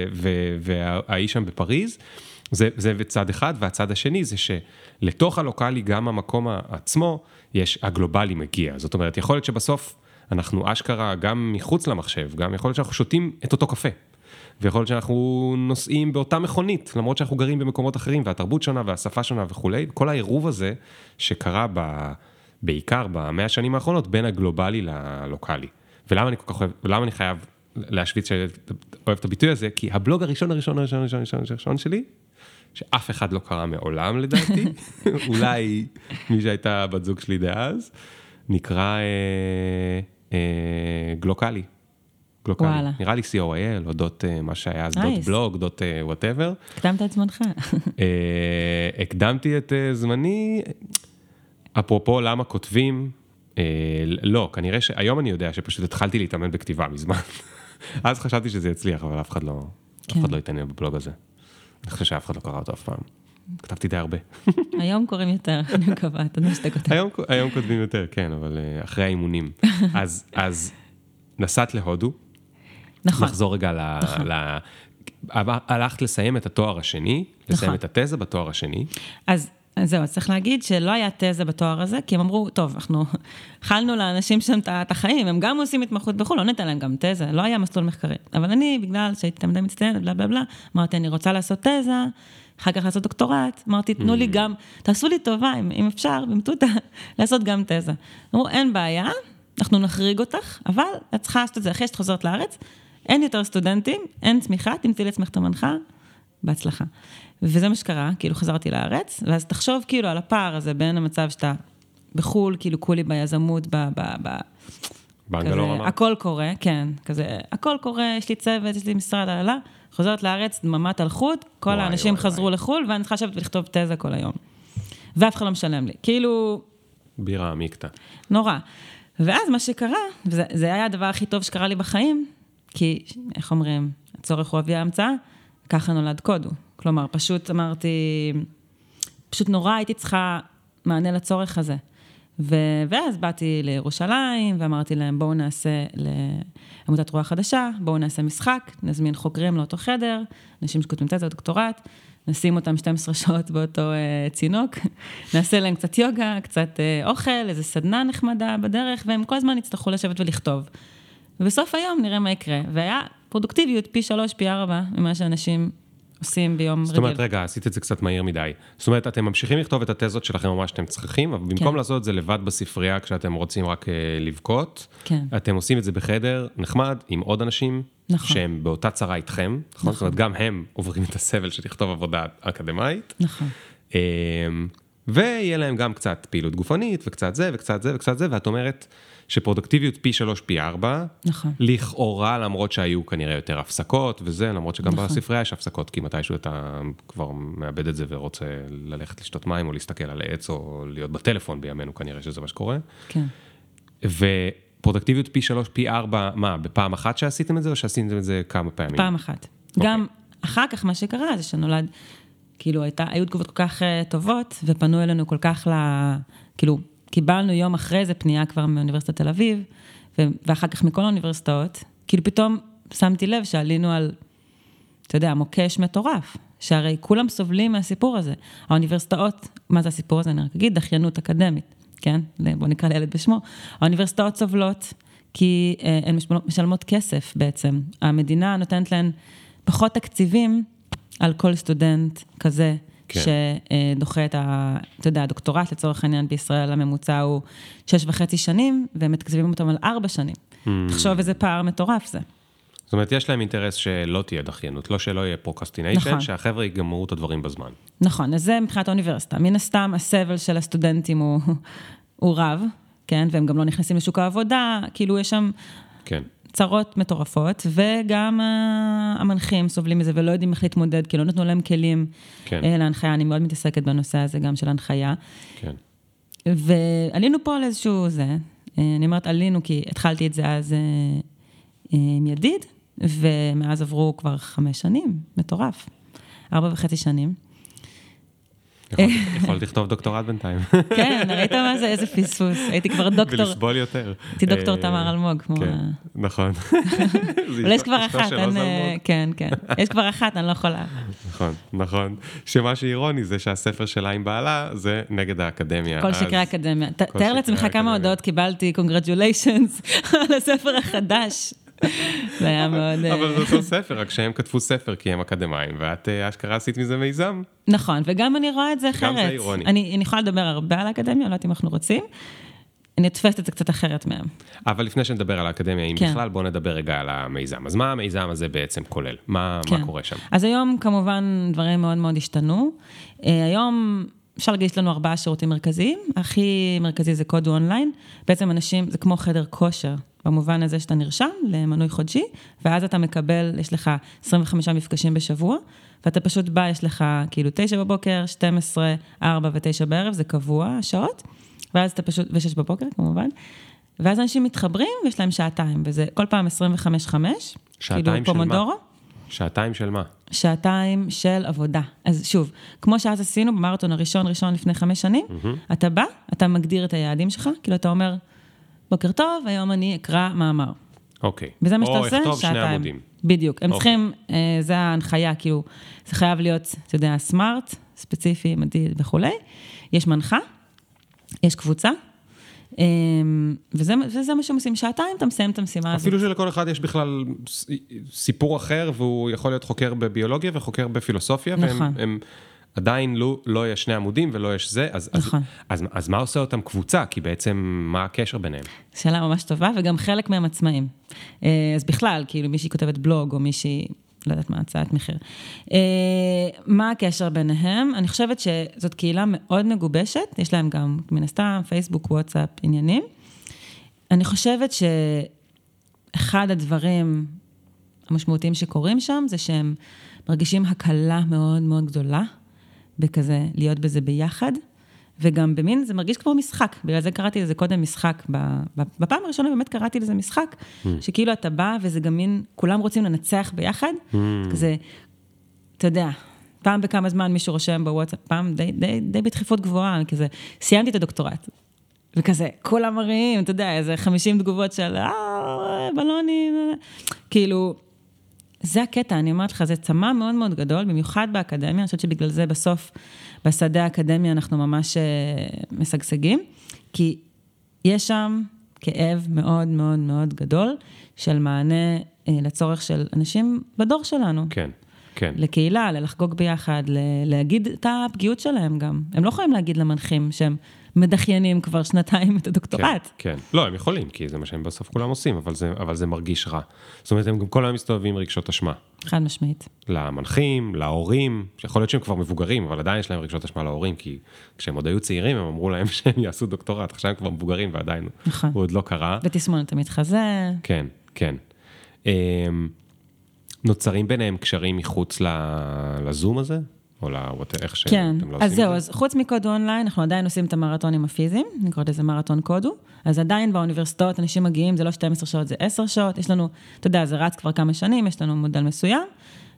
והאיש שם בפריז. זה, זה צד אחד, והצד השני זה שלתוך הלוקלי, גם המקום עצמו, יש, הגלובלי מגיע. זאת אומרת, יכול להיות שבסוף אנחנו אשכרה גם מחוץ למחשב, גם יכול להיות שאנחנו שותים את אותו קפה. ויכול להיות שאנחנו נוסעים באותה מכונית, למרות שאנחנו גרים במקומות אחרים, והתרבות שונה והשפה שונה וכולי. כל העירוב הזה שקרה ב, בעיקר במאה השנים האחרונות, בין הגלובלי ללוקלי. ולמה אני כל כך אוהב, ולמה אני חייב להשוויץ שאוהב את הביטוי הזה? כי הבלוג הראשון, הראשון, הראשון, הראשון, הראשון, הראשון שלי, שאף אחד לא קרא מעולם לדעתי, אולי מי שהייתה בת זוג שלי דאז, נקרא אה, אה, גלוקלי. גלוקלי. וואלה. נראה לי סי או איי אל, או דוט, מה שהיה אז, דוט בלוג, דוט whatever. הקדמת את זמנך. הקדמתי את זמני, אפרופו למה כותבים, לא, כנראה שהיום אני יודע שפשוט התחלתי להתאמן בכתיבה מזמן. אז חשבתי שזה יצליח, אבל אף אחד לא, אף אחד לא יתעניין בבלוג הזה. אני חושב שאף אחד לא קרא אותו אף פעם. כתבתי די הרבה. היום קוראים יותר, אני מקווה, אתה יודע שאתה כותב. היום כותבים יותר, כן, אבל אחרי האימונים. אז נסעת להודו, נכון. נחזור רגע ל... נכון. ל... הלכת לסיים את התואר השני, לסיים נכון. את התזה בתואר השני. אז, אז זהו, צריך להגיד שלא היה תזה בתואר הזה, כי הם אמרו, טוב, אנחנו אכלנו לאנשים שם את החיים, הם גם עושים התמחות בחו"ל, לא ניתן להם גם תזה, לא היה מסלול מחקרי. אבל אני, בגלל שהייתי תלמידה מצטיינת, בלה בלה בלה, אמרתי, אני רוצה לעשות תזה, אחר כך לעשות דוקטורט, אמרתי, תנו לי גם, תעשו לי טובה, אם, אם אפשר, במטותא, לעשות גם תזה. אמרו, אין בעיה, אנחנו נחריג אותך, אבל את צריכה לעשות את זה אחרי שאת חוזרת לארץ, אין יותר סטודנטים, אין צמיחה, תמצאי לעצמך את המנחה, בהצלחה. וזה מה שקרה, כאילו חזרתי לארץ, ואז תחשוב כאילו על הפער הזה, בין המצב שאתה בחול, כאילו כולי ביזמות, ב... ב, ב באנגלור אמר. הכל קורה, כן, כזה, הכל קורה, יש לי צוות, יש לי משרד, הלאה, חוזרת לארץ, דממת הלכות, כל וואי, האנשים וואי, חזרו וואי. לחול, ואני צריכה לשבת ולכתוב תזה כל היום. ואף אחד לא משלם לי. כאילו... בירה עמיקתא. נורא. ואז מה שקרה, וזה היה הדבר הכי טוב שקרה לי בחיים, כי, איך אומרים, הצורך הוא אבי ההמצאה, ככה נולד קודו. כלומר, פשוט אמרתי, פשוט נורא הייתי צריכה מענה לצורך הזה. ו- ואז באתי לירושלים, ואמרתי להם, בואו נעשה לעמותת רוח חדשה, בואו נעשה משחק, נזמין חוקרים לאותו חדר, אנשים שכותבים תזה, דוקטורט, נשים אותם שתים עשרה שעות באותו uh, צינוק, נעשה להם קצת יוגה, קצת uh, אוכל, איזו סדנה נחמדה בדרך, והם כל הזמן יצטרכו לשבת ולכתוב. ובסוף היום נראה מה יקרה, והיה פרודוקטיביות פי שלוש, פי ארבע, ממה שאנשים עושים ביום רגיל. זאת אומרת, רגע, עשית את זה קצת מהיר מדי. זאת אומרת, אתם ממשיכים לכתוב את התזות שלכם ממש שאתם צריכים, אבל במקום כן. לעשות את זה לבד בספרייה, כשאתם רוצים רק uh, לבכות, כן. אתם עושים את זה בחדר נחמד, עם עוד אנשים, נכון. שהם באותה צרה איתכם, נכון? זאת אומרת, גם הם עוברים את הסבל של לכתוב עבודה אקדמית. נכון. ויהיה להם גם קצת פעילות גופנית, וקצת זה, וקצת זה, וקצת זה, ואת אומרת שפרודוקטיביות פי שלוש, פי ארבע, נכון. לכאורה, למרות שהיו כנראה יותר הפסקות וזה, למרות שגם נכון. בספרייה יש הפסקות, כי מתישהו אתה כבר מאבד את זה ורוצה ללכת לשתות מים, או להסתכל על העץ, או להיות בטלפון בימינו, כנראה שזה מה שקורה. כן. ופרודוקטיביות פי שלוש, פי ארבע, מה, בפעם אחת שעשיתם את זה, או שעשיתם את זה כמה פעמים? פעם אחת. Okay. גם אחר כך מה שקרה זה שנולד כאילו, הייתה, היו תגובות כל כך uh, טובות, ופנו אלינו כל כך ל... כאילו, קיבלנו יום אחרי זה פנייה כבר מאוניברסיטת תל אביב, ו... ואחר כך מכל האוניברסיטאות, כאילו פתאום שמתי לב שעלינו על, אתה יודע, מוקש מטורף, שהרי כולם סובלים מהסיפור הזה. האוניברסיטאות, מה זה הסיפור הזה? אני רק אגיד, דחיינות אקדמית, כן? בוא נקרא לילד בשמו. האוניברסיטאות סובלות, כי uh, הן משלמות כסף בעצם. המדינה נותנת להן פחות תקציבים, על כל סטודנט כזה, כן. שדוחה את ה, אתה יודע, הדוקטורט לצורך העניין בישראל, הממוצע הוא שש וחצי שנים, והם מתקצבים אותם על ארבע שנים. Hmm. תחשוב איזה פער מטורף זה. זאת אומרת, יש להם אינטרס שלא תהיה דחיינות, לא שלא יהיה פרוקסטיניישן, נכון. שהחבר'ה יגמרו את הדברים בזמן. נכון, אז זה מבחינת האוניברסיטה. מן הסתם, הסבל של הסטודנטים הוא, הוא רב, כן, והם גם לא נכנסים לשוק העבודה, כאילו יש שם... כן. צרות מטורפות, וגם המנחים סובלים מזה, ולא יודעים איך להתמודד, כי לא נתנו להם כלים כן. להנחיה, אני מאוד מתעסקת בנושא הזה, גם של הנחיה. כן. ועלינו פה על איזשהו זה, אני אומרת עלינו, כי התחלתי את זה אז עם ידיד, ומאז עברו כבר חמש שנים, מטורף, ארבע וחצי שנים. יכול לכתוב דוקטורט בינתיים. כן, ראית מה זה? איזה פספוס. הייתי כבר דוקטור. ולסבול יותר. הייתי דוקטור תמר אלמוג. נכון. אבל יש כבר אחת. כן, כן. יש כבר אחת, אני לא יכולה. נכון, נכון. שמה שאירוני זה שהספר שלה עם בעלה, זה נגד האקדמיה. כל שקרי האקדמיה. תאר לעצמך כמה הודעות קיבלתי, congratulations, על הספר החדש. זה היה מאוד... אבל זה אותו ספר, רק שהם כתבו ספר כי הם אקדמיים, ואת אשכרה עשית מזה מיזם. נכון, וגם אני רואה את זה אחרת. גם זה אירוני. אני יכולה לדבר הרבה על האקדמיה, לא יודעת אם אנחנו רוצים. אני אתפסת את זה קצת אחרת מהם. אבל לפני שנדבר על האקדמיה, אם בכלל, בואו נדבר רגע על המיזם. אז מה המיזם הזה בעצם כולל? מה קורה שם? אז היום כמובן דברים מאוד מאוד השתנו. היום... אפשר להגיד, יש לנו ארבעה שירותים מרכזיים, הכי מרכזי זה קודו אונליין, בעצם אנשים, זה כמו חדר כושר, במובן הזה שאתה נרשם למנוי חודשי, ואז אתה מקבל, יש לך עשרים וחמישה מפגשים בשבוע, ואתה פשוט בא, יש לך כאילו תשע בבוקר, שתים עשרה, ארבע ותשע בערב, זה קבוע, השעות, ואז אתה פשוט, ושש בבוקר כמובן, ואז אנשים מתחברים ויש להם שעתיים, וזה כל פעם עשרים וחמש חמש, שעתיים כאילו של מה? שעתיים של מה? שעתיים של עבודה. אז שוב, כמו שאז עשינו במרתון הראשון, ראשון לפני חמש שנים, mm-hmm. אתה בא, אתה מגדיר את היעדים שלך, כאילו אתה אומר, בוקר טוב, היום אני אקרא מאמר. אוקיי. וזה מה שאתה עושה, שעתיים. או אכתוב שני עמודים. בדיוק. הם אוקיי. צריכים, אה, זה ההנחיה, כאילו, זה חייב להיות, אתה יודע, סמארט, ספציפי, מדיד וכולי. יש מנחה, יש קבוצה, וזה, וזה מה שהם עושים, שעתיים אתה מסיים את המשימה הזאת. אפילו שלכל אחד יש בכלל סיפור אחר, והוא יכול להיות חוקר בביולוגיה וחוקר בפילוסופיה, נכון. והם הם עדיין לא, לא יש שני עמודים ולא יש זה, אז, נכון. אז, אז, אז מה עושה אותם קבוצה? כי בעצם מה הקשר ביניהם? שאלה ממש טובה, וגם חלק מהם עצמאים. אז בכלל, כאילו מישהי כותבת בלוג, או מישהי... לא יודעת מה, הצעת מחיר. מה הקשר ביניהם? אני חושבת שזאת קהילה מאוד מגובשת, יש להם גם מן הסתם, פייסבוק, וואטסאפ, עניינים. אני חושבת שאחד הדברים המשמעותיים שקורים שם, זה שהם מרגישים הקלה מאוד מאוד גדולה, בכזה להיות בזה ביחד, וגם במין, זה מרגיש כמו משחק, בגלל זה קראתי לזה קודם משחק, בפעם הראשונה באמת קראתי לזה משחק, שכאילו אתה בא וזה גם מין, כולם רוצים לנצח ביחד, כזה, אתה יודע, פעם בכמה זמן מישהו רושם בוואטסאפ, פעם די, די, די בדחיפות גבוהה, כזה, סיימתי את הדוקטורט, וכזה, כולם מראים, אתה יודע, איזה חמישים תגובות של, אה, בלונים, כאילו, זה הקטע, אני אומרת לך, זה צמא מאוד מאוד גדול, במיוחד באקדמיה, אני חושבת שבגלל זה בסוף, בשדה האקדמיה אנחנו ממש משגשגים, כי יש שם כאב מאוד מאוד מאוד גדול, של מענה לצורך של אנשים בדור שלנו. כן, כן. לקהילה, ללחגוג ביחד, להגיד את הפגיעות שלהם גם. הם לא יכולים להגיד למנחים שהם מדחיינים כבר שנתיים את הדוקטורט. כן, כן. לא, הם יכולים, כי זה מה שהם בסוף כולם עושים, אבל זה, אבל זה מרגיש רע. זאת אומרת, הם גם כל היום מסתובבים רגשות אשמה. חד משמעית. למנחים, להורים, שיכול להיות שהם כבר מבוגרים, אבל עדיין יש להם רגשות אשמה להורים, כי כשהם עוד היו צעירים, הם אמרו להם שהם יעשו דוקטורט, עכשיו הם כבר מבוגרים ועדיין נכון. הוא עוד לא קרה. ותסמונת המתחזה. כן, כן. נוצרים ביניהם קשרים מחוץ לזום הזה? או איך שאתם כן, לא עושים את אז זה? זהו, אז חוץ מקודו אונליין, אנחנו עדיין עושים את המרתונים הפיזיים, נקרא לזה מרתון קודו, אז עדיין באוניברסיטאות אנשים מגיעים, זה לא שתים עשרה שעות, זה עשר שעות, יש לנו, אתה יודע, זה רץ כבר כמה שנים, יש לנו מודל מסוים,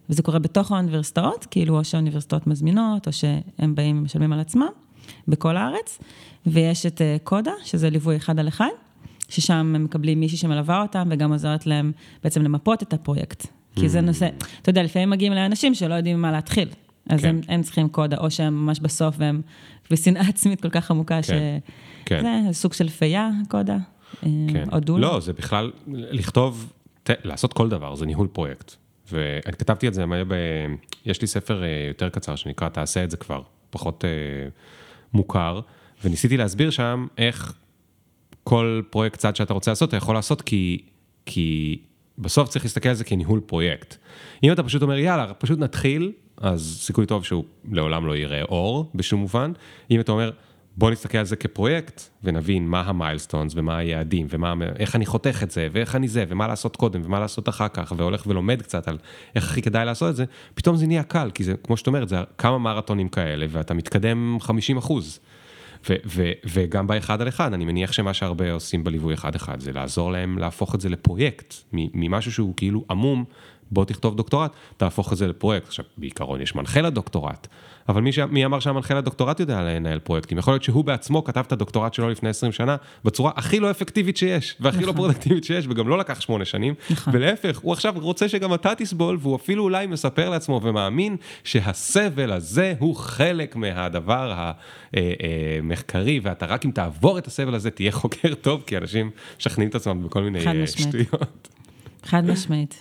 וזה קורה בתוך האוניברסיטאות, כאילו או שהאוניברסיטאות מזמינות, או שהם באים ומשלמים על עצמם, בכל הארץ, ויש את קודה, שזה ליווי אחד על אחד, ששם הם מקבלים מישהי שמלווה אותם, וגם עוזרת להם בעצם למפות את הפרויקט. כי זה נושא, אתה יודע, לפעמים מגיעים לאנשים שלא יודעים מה להתחיל, אז הם, הם צריכים קודה, או שהם ממש בסוף, והם בשנאה עצמית כל כך עמוקה, שזה סוג של פייה, קודה, או דולה. לא, זה בכלל, לכתוב, לעשות כל דבר, זה ניהול פרויקט. ואני כתבתי את זה, יש לי ספר יותר קצר שנקרא, תעשה את זה כבר, פחות מוכר, וניסיתי להסביר שם איך כל פרויקט צד שאתה רוצה לעשות, אתה יכול לעשות, כי, כי בסוף צריך להסתכל על זה כניהול פרויקט. אם אתה פשוט אומר, יאללה, פשוט נתחיל, אז סיכוי טוב שהוא לעולם לא יראה אור, בשום מובן. אם אתה אומר, בוא נסתכל על זה כפרויקט, ונבין מה המיילסטונס, ומה היעדים, ואיך אני חותך את זה, ואיך אני זה, ומה לעשות קודם, ומה לעשות אחר כך, והולך ולומד קצת על איך הכי כדאי לעשות את זה, פתאום זה נהיה קל, כי זה, כמו שאת אומרת, זה כמה מרתונים כאלה, ואתה מתקדם חמישים אחוז. ו- ו- וגם באחד על אחד, אני מניח שמה שהרבה עושים בליווי אחד אחד, זה לעזור להם להפוך את זה לפרויקט, ממשהו שהוא כאילו עמום, בוא תכתוב דוקטורט, תהפוך את זה לפרויקט. עכשיו, בעיקרון יש מנחה לדוקטורט, אבל מי, ש... מי אמר שהמנחה לדוקטורט יודע לנהל פרויקטים? יכול להיות שהוא בעצמו כתב את הדוקטורט שלו לפני עשרים שנה, בצורה הכי לא אפקטיבית שיש, והכי לא פרודקטיבית שיש, וגם לא לקח שמונה שנים, ולהפך, הוא עכשיו רוצה שגם אתה תסבול, והוא אפילו אולי מספר לעצמו ומאמין שהסבל הזה הוא חלק מהדבר המחקרי, ואתה רק אם תעבור את הסבל הזה, תהיה חוקר טוב, כי אנשים משכנעים את עצמם בכל מיני שטויות. חד משמעית.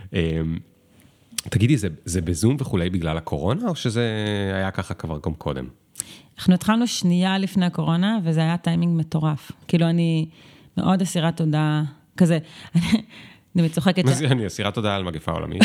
תגידי, זה, זה בזום וכולי בגלל הקורונה, או שזה היה ככה כבר גם קודם? אנחנו התחלנו שנייה לפני הקורונה, וזה היה טיימינג מטורף. כאילו, אני מאוד אסירת תודה, כזה, אני, אני מצוחקת... מה זה, אני אסירת תודה על מגפה עולמית?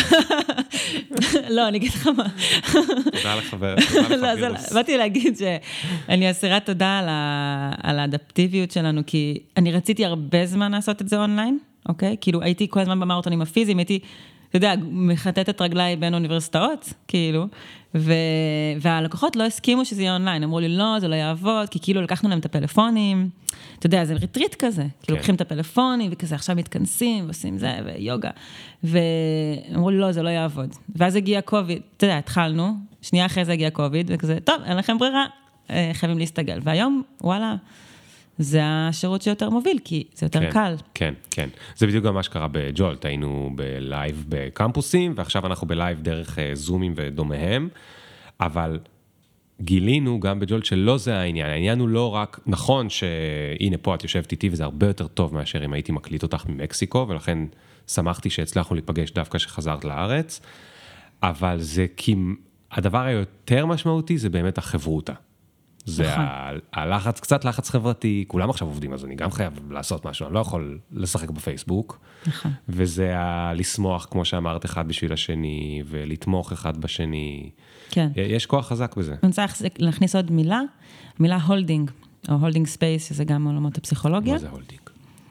לא, אני אגיד לך מה. תודה לחבר, לא, זה, באתי להגיד שאני אסירת תודה על, ה, על האדפטיביות שלנו, כי אני רציתי הרבה זמן לעשות את זה אונליין, אוקיי? כאילו, הייתי כל הזמן במרתונים הפיזיים, הייתי... אתה יודע, מחטטת רגליי בין אוניברסיטאות, כאילו, ו... והלקוחות לא הסכימו שזה יהיה אונליין, אמרו לי, לא, זה לא יעבוד, כי כאילו לקחנו להם את הפלאפונים, אתה יודע, זה ריטריט כזה, כאילו לוקחים את הפלאפונים, וכזה עכשיו מתכנסים, ועושים זה, ויוגה, ואמרו לי, לא, זה לא יעבוד. ואז הגיע קוביד, אתה יודע, התחלנו, שנייה אחרי זה הגיע קוביד, וכזה, טוב, אין לכם ברירה, חייבים להסתגל. והיום, וואלה, זה השירות שיותר מוביל, כי זה יותר כן, קל. כן, כן. זה בדיוק גם מה שקרה בג'ולט, היינו בלייב בקמפוסים, ועכשיו אנחנו בלייב דרך זומים ודומיהם, אבל גילינו גם בג'ולט שלא זה העניין, העניין הוא לא רק, נכון שהנה פה את יושבת איתי, וזה הרבה יותר טוב מאשר אם הייתי מקליט אותך ממקסיקו, ולכן שמחתי שהצלחנו להיפגש דווקא שחזרת לארץ, אבל זה כי הדבר היותר משמעותי זה באמת החברותה. זה הלחץ, קצת לחץ חברתי, כולם עכשיו עובדים, אז אני גם חייב לעשות משהו, אני לא יכול לשחק בפייסבוק, וזה לשמוח, כמו שאמרת, אחד בשביל השני, ולתמוך אחד בשני. כן. יש כוח חזק בזה. אני רוצה להכניס עוד מילה, מילה הולדינג, או הולדינג ספייס, שזה גם מעולמות הפסיכולוגיה. מה זה הולדינג?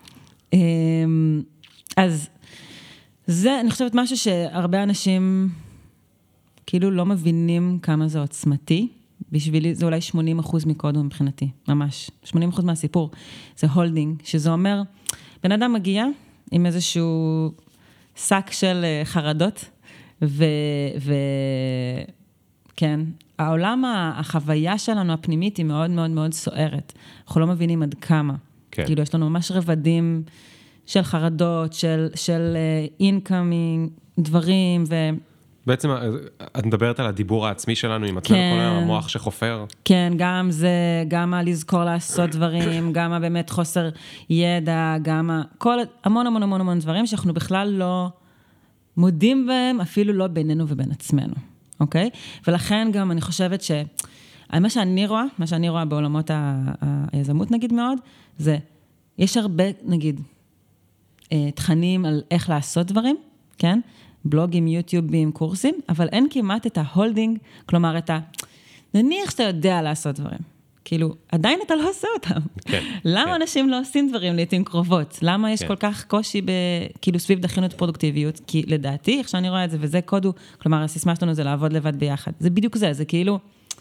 אז זה, אני חושבת, משהו שהרבה אנשים כאילו לא מבינים כמה זה עוצמתי, בשבילי זה אולי שמונים אחוז מקודו מבחינתי, ממש. שמונים אחוז מהסיפור זה הולדינג, שזה אומר, בן אדם מגיע עם איזשהו שק של חרדות, ו... ו... כן, העולם, החוויה שלנו הפנימית היא מאוד מאוד מאוד סוערת. אנחנו לא מבינים עד כמה. כן. כאילו, יש לנו ממש רבדים של חרדות, של, של incoming, דברים, ו... בעצם, את מדברת על הדיבור העצמי שלנו עם עצמנו, כן, כל המוח שחופר. כן, גם זה, גם לזכור לעשות דברים, גם באמת חוסר ידע, גם כל, המון המון המון המון דברים שאנחנו בכלל לא מודים בהם, אפילו לא בינינו ובין עצמנו, אוקיי? ולכן גם אני חושבת ש... מה שאני רואה, מה שאני רואה בעולמות היזמות נגיד מאוד, זה, יש הרבה, נגיד, תכנים על איך לעשות דברים, כן? בלוגים, יוטיובים, קורסים, אבל אין כמעט את ההולדינג, כלומר את ה... נניח שאתה יודע לעשות דברים. כאילו, עדיין אתה לא עושה אותם. כן, למה כן. אנשים לא עושים דברים לעתים קרובות? למה יש כן. כל כך קושי ב... כאילו סביב דחינות פרודוקטיביות? כי לדעתי, איך שאני רואה את זה, וזה קודו, כלומר, הסיסמה שלנו זה לעבוד לבד ביחד. זה בדיוק זה, זה כאילו...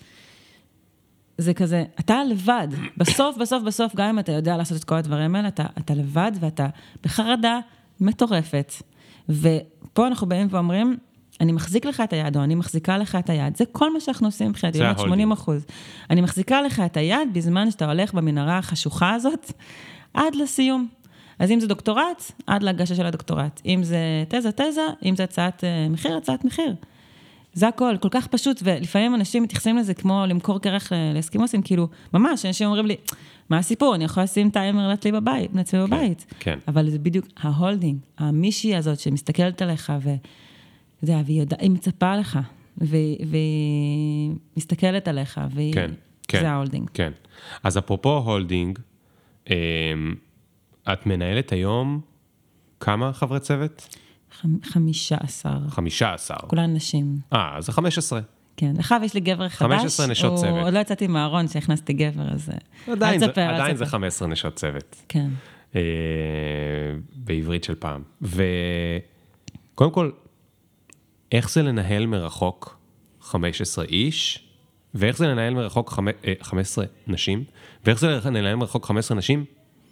זה כזה, אתה לבד. בסוף, בסוף, בסוף, גם אם אתה יודע לעשות את כל הדברים האלה, אתה, אתה לבד ואתה בחרדה מטורפת. ופה אנחנו באים ואומרים, אני מחזיק לך את היד, או אני מחזיקה לך את היד, זה כל מה שאנחנו עושים מבחינת, זה ההולדינג. שמונים אחוז. אני מחזיקה לך את היד בזמן שאתה הולך במנהרה החשוכה הזאת, עד לסיום. אז אם זה דוקטורט, עד להגשה של הדוקטורט. אם זה תזה, תזה, אם זה הצעת מחיר, הצעת מחיר. זה הכל, כל כך פשוט, ולפעמים אנשים מתייחסים לזה כמו למכור קרח לאסקימוסים, כאילו, ממש, אנשים אומרים לי, מה הסיפור? אני יכולה לשים טיימר לעצמי בבית, לעצמי בבית. כן. אבל זה בדיוק ההולדינג, המישהי הזאת שמסתכלת עליך, וזה, והיא יודעת, היא מצפה לך, והיא מסתכלת עליך, וזה ההולדינג. כן. אז אפרופו הולדינג, את מנהלת היום כמה חברי צוות? חמישה עשר. חמישה עשר. כולן נשים. אה, אז זה חמש עשרה. כן, לך ויש לי גבר חדש. חמש עשרה נשות צוות. עוד לא יצאתי מהארון שהכנסתי גבר, אז... עדיין, זה, עדיין זה חמש עשרה נשות צוות. כן. אה, בעברית של פעם. וקודם כל, איך זה לנהל מרחוק חמש עשרה איש, ואיך זה לנהל מרחוק חמש עשרה נשים, ואיך זה לנהל מרחוק חמש עשרה נשים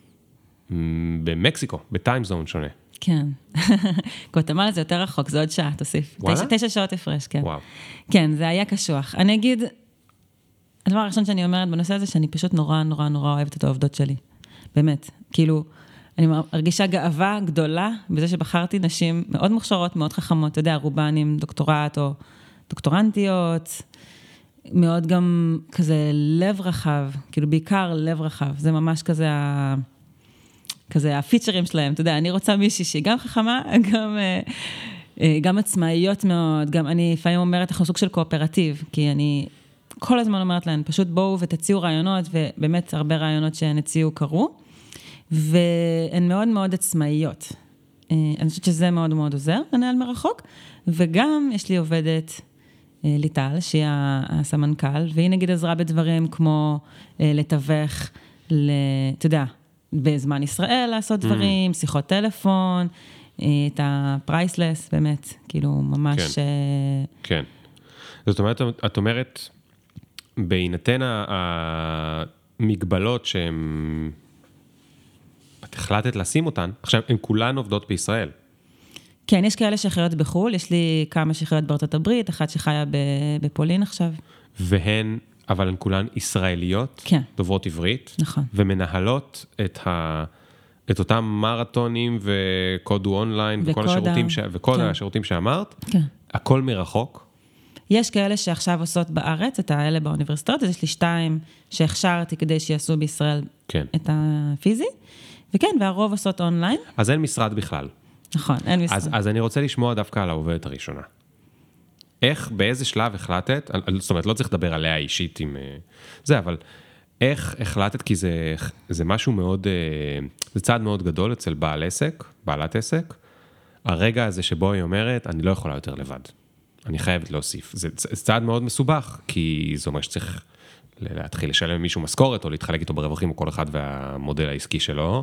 במקסיקו, בטיים זון שונה. כן. גואטמלה זה יותר רחוק, זה עוד שעה, תוסיף. וואלה? תשע, תשע שעות הפרש, כן. וואו. כן, זה היה קשוח. אני אגיד, הדבר הראשון שאני אומרת בנושא הזה, שאני פשוט נורא, נורא, נורא אוהבת את העובדות שלי. באמת. כאילו, אני מרגישה גאווה גדולה בזה שבחרתי נשים מאוד מוכשרות, מאוד חכמות, אתה יודע, רובן עם דוקטורט או דוקטורנטיות, מאוד גם כזה לב רחב, כאילו בעיקר לב רחב, זה ממש כזה ה... כזה הפיצ'רים שלהם, אתה יודע, אני רוצה מישהי שהיא גם חכמה, גם, גם עצמאיות מאוד, גם אני לפעמים אומרת, אנחנו סוג של קואופרטיב, כי אני כל הזמן אומרת להן, פשוט בואו ותציעו רעיונות, ובאמת הרבה רעיונות שהן הציעו קרו, והן מאוד מאוד עצמאיות. אני חושבת שזה מאוד מאוד עוזר, לנהל מרחוק, וגם יש לי עובדת ליטל, שהיא הסמנכ"ל, והיא נגיד עזרה בדברים כמו לתווך, אתה יודע, בזמן ישראל לעשות דברים, שיחות טלפון, את הפרייסלס, באמת, כאילו ממש... כן, כן. זאת אומרת, את אומרת, בהינתן המגבלות שהן... את החלטת לשים אותן, עכשיו, הן כולן עובדות בישראל. כן, יש כאלה שחיות בחול, יש לי כמה שחיות בארצות הברית, אחת שחיה בפולין עכשיו. והן... אבל הן כולן ישראליות, כן. דוברות עברית, נכון. ומנהלות את, ה, את אותם מרתונים וקודו אונליין, וכל השירותים, ש, וכל כן. השירותים שאמרת, כן. הכל מרחוק. יש כאלה שעכשיו עושות בארץ, את האלה באוניברסיטאות, אז יש לי שתיים שהכשרתי כדי שיעשו בישראל כן. את הפיזי, וכן, והרוב עושות אונליין. אז אין משרד בכלל. נכון, אין משרד. אז, אז אני רוצה לשמוע דווקא על העובדת הראשונה. איך, באיזה שלב החלטת, זאת אומרת, לא צריך לדבר עליה אישית עם זה, אבל איך החלטת, כי זה, זה משהו מאוד, זה צעד מאוד גדול אצל בעל עסק, בעלת עסק, הרגע הזה שבו היא אומרת, אני לא יכולה יותר לבד, אני חייבת להוסיף. זה, זה צעד מאוד מסובך, כי זה אומר שצריך להתחיל לשלם למישהו משכורת, או להתחלק איתו ברווחים, או כל אחד והמודל העסקי שלו.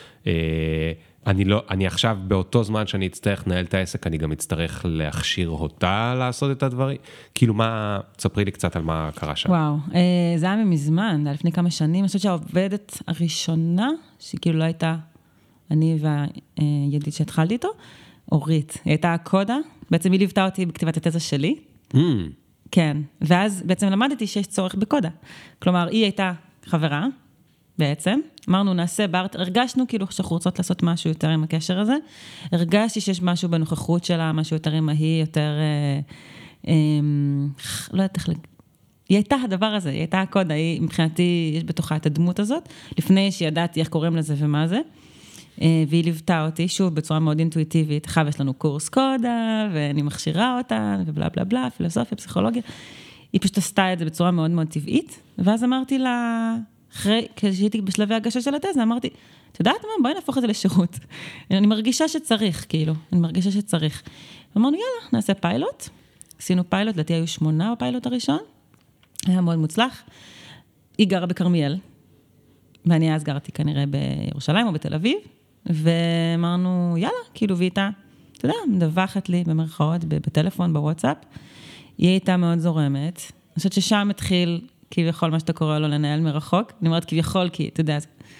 אני לא, אני עכשיו באותו זמן שאני אצטרך לנהל את העסק, אני גם אצטרך להכשיר אותה לעשות את הדברים. כאילו מה, תספרי לי קצת על מה קרה שם. וואו, זה היה מזמן, זה היה לפני כמה שנים, אני חושבת שהעובדת הראשונה, שכאילו לא הייתה, אני והידיד שהתחלתי איתו, אורית, היא הייתה הקודה, בעצם היא ליוותה אותי בכתיבת התזה שלי. Mm. כן, ואז בעצם למדתי שיש צורך בקודה. כלומר, היא הייתה חברה, בעצם, אמרנו, נעשה בארט, הרגשנו כאילו שאנחנו רוצות לעשות משהו יותר עם הקשר הזה, הרגשתי שיש משהו בנוכחות שלה, משהו יותר עם ההיא, יותר, אה, אה, לא יודעת איך, היא הייתה הדבר הזה, היא הייתה הקודה, היא, מבחינתי, יש בתוכה את הדמות הזאת, לפני שידעתי איך קוראים לזה ומה זה, אה, והיא ליוותה אותי, שוב, בצורה מאוד אינטואיטיבית, אחר יש לנו קורס קודה, ואני מכשירה אותה, ובלה בלה בלה, פילוסופיה, פסיכולוגיה, היא פשוט עשתה את זה בצורה מאוד מאוד טבעית, ואז אמרתי לה, אחרי, כשהייתי בשלבי הגשה של התזה, אמרתי, אתה יודעת מה? בואי נהפוך את זה לשירות. אני מרגישה שצריך, כאילו, אני מרגישה שצריך. אמרנו, יאללה, נעשה פיילוט. עשינו פיילוט, לדעתי היו שמונה בפיילוט הראשון. היה מאוד מוצלח. היא גרה בכרמיאל, ואני אז גרתי כנראה בירושלים או בתל אביב, ואמרנו, יאללה, כאילו, ואיתה, אתה יודע, מדווחת לי במרכאות, בטלפון, בוואטסאפ. היא הייתה מאוד זורמת. אני חושבת ששם התחיל... כביכול מה שאתה קורא לו לנהל מרחוק, אני אומרת כביכול, כי אתה יודע,